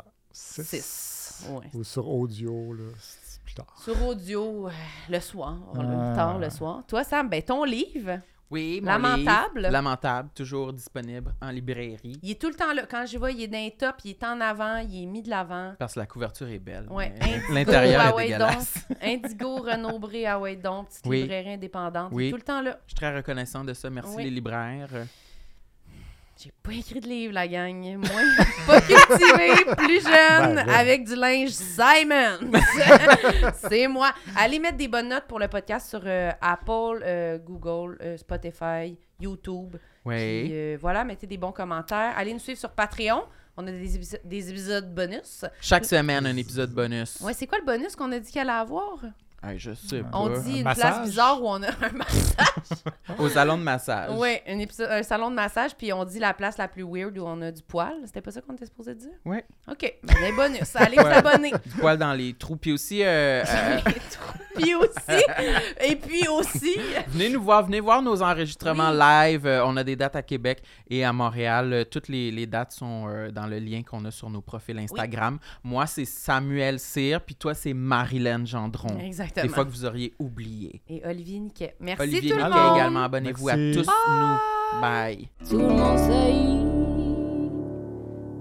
6. Ouais. Ou sur audio, là, c'est plus tard. Sur audio, le soir, Ouais. tard le soir. Toi, Sam, ben ton livre, Oui, mon Lamentable. livre, Lamentable, toujours disponible en librairie. il est tout le temps là. Quand je vois, il est dans les tops, il est en avant, il est mis de l'avant. Parce que la couverture est belle. Ouais, mais Indigo, l'intérieur ah est ouais, dégueulasse. Indigo, Renaud Bré, ah ouais, donc, petite Oui. librairie indépendante. Il Oui. est tout le temps là. Je suis très reconnaissant de ça. Merci Oui. les libraires. J'ai pas écrit de livre, la gang. Moi, pas cultivé, plus jeune, Ben, avec du linge Simon. C'est moi. Allez mettre des bonnes notes pour le podcast sur Apple, Google, Spotify, YouTube. Oui. Puis, voilà, mettez des bons commentaires. Allez nous suivre sur Patreon. On a des épisodes bonus. Chaque semaine, un épisode bonus. Ouais, c'est quoi le bonus qu'on a dit qu'elle allait avoir? Hey, je sais pas. On dit une massage? place bizarre où on a un massage. Au salon de massage. Oui, un salon de massage, puis on dit la place la plus weird où on a du poil. C'était pas ça qu'on était supposé dire? Oui. OK, les bonus. Allez s'abonner. Du poil dans les trous. Puis aussi, Puis aussi, et puis aussi, venez voir nos enregistrements live. On a des dates à Québec et à Montréal. Toutes les dates sont dans le lien qu'on a sur nos profils Instagram. Moi, c'est Samuel Cyr, puis toi, c'est Marilyn Gendron. exactement. Des fois que vous auriez oublié. Et Olivier Niquet. Merci Olivier tout le Niquet monde. également. Abonnez-vous à Merci. tous nous. Bye. Tout le monde sait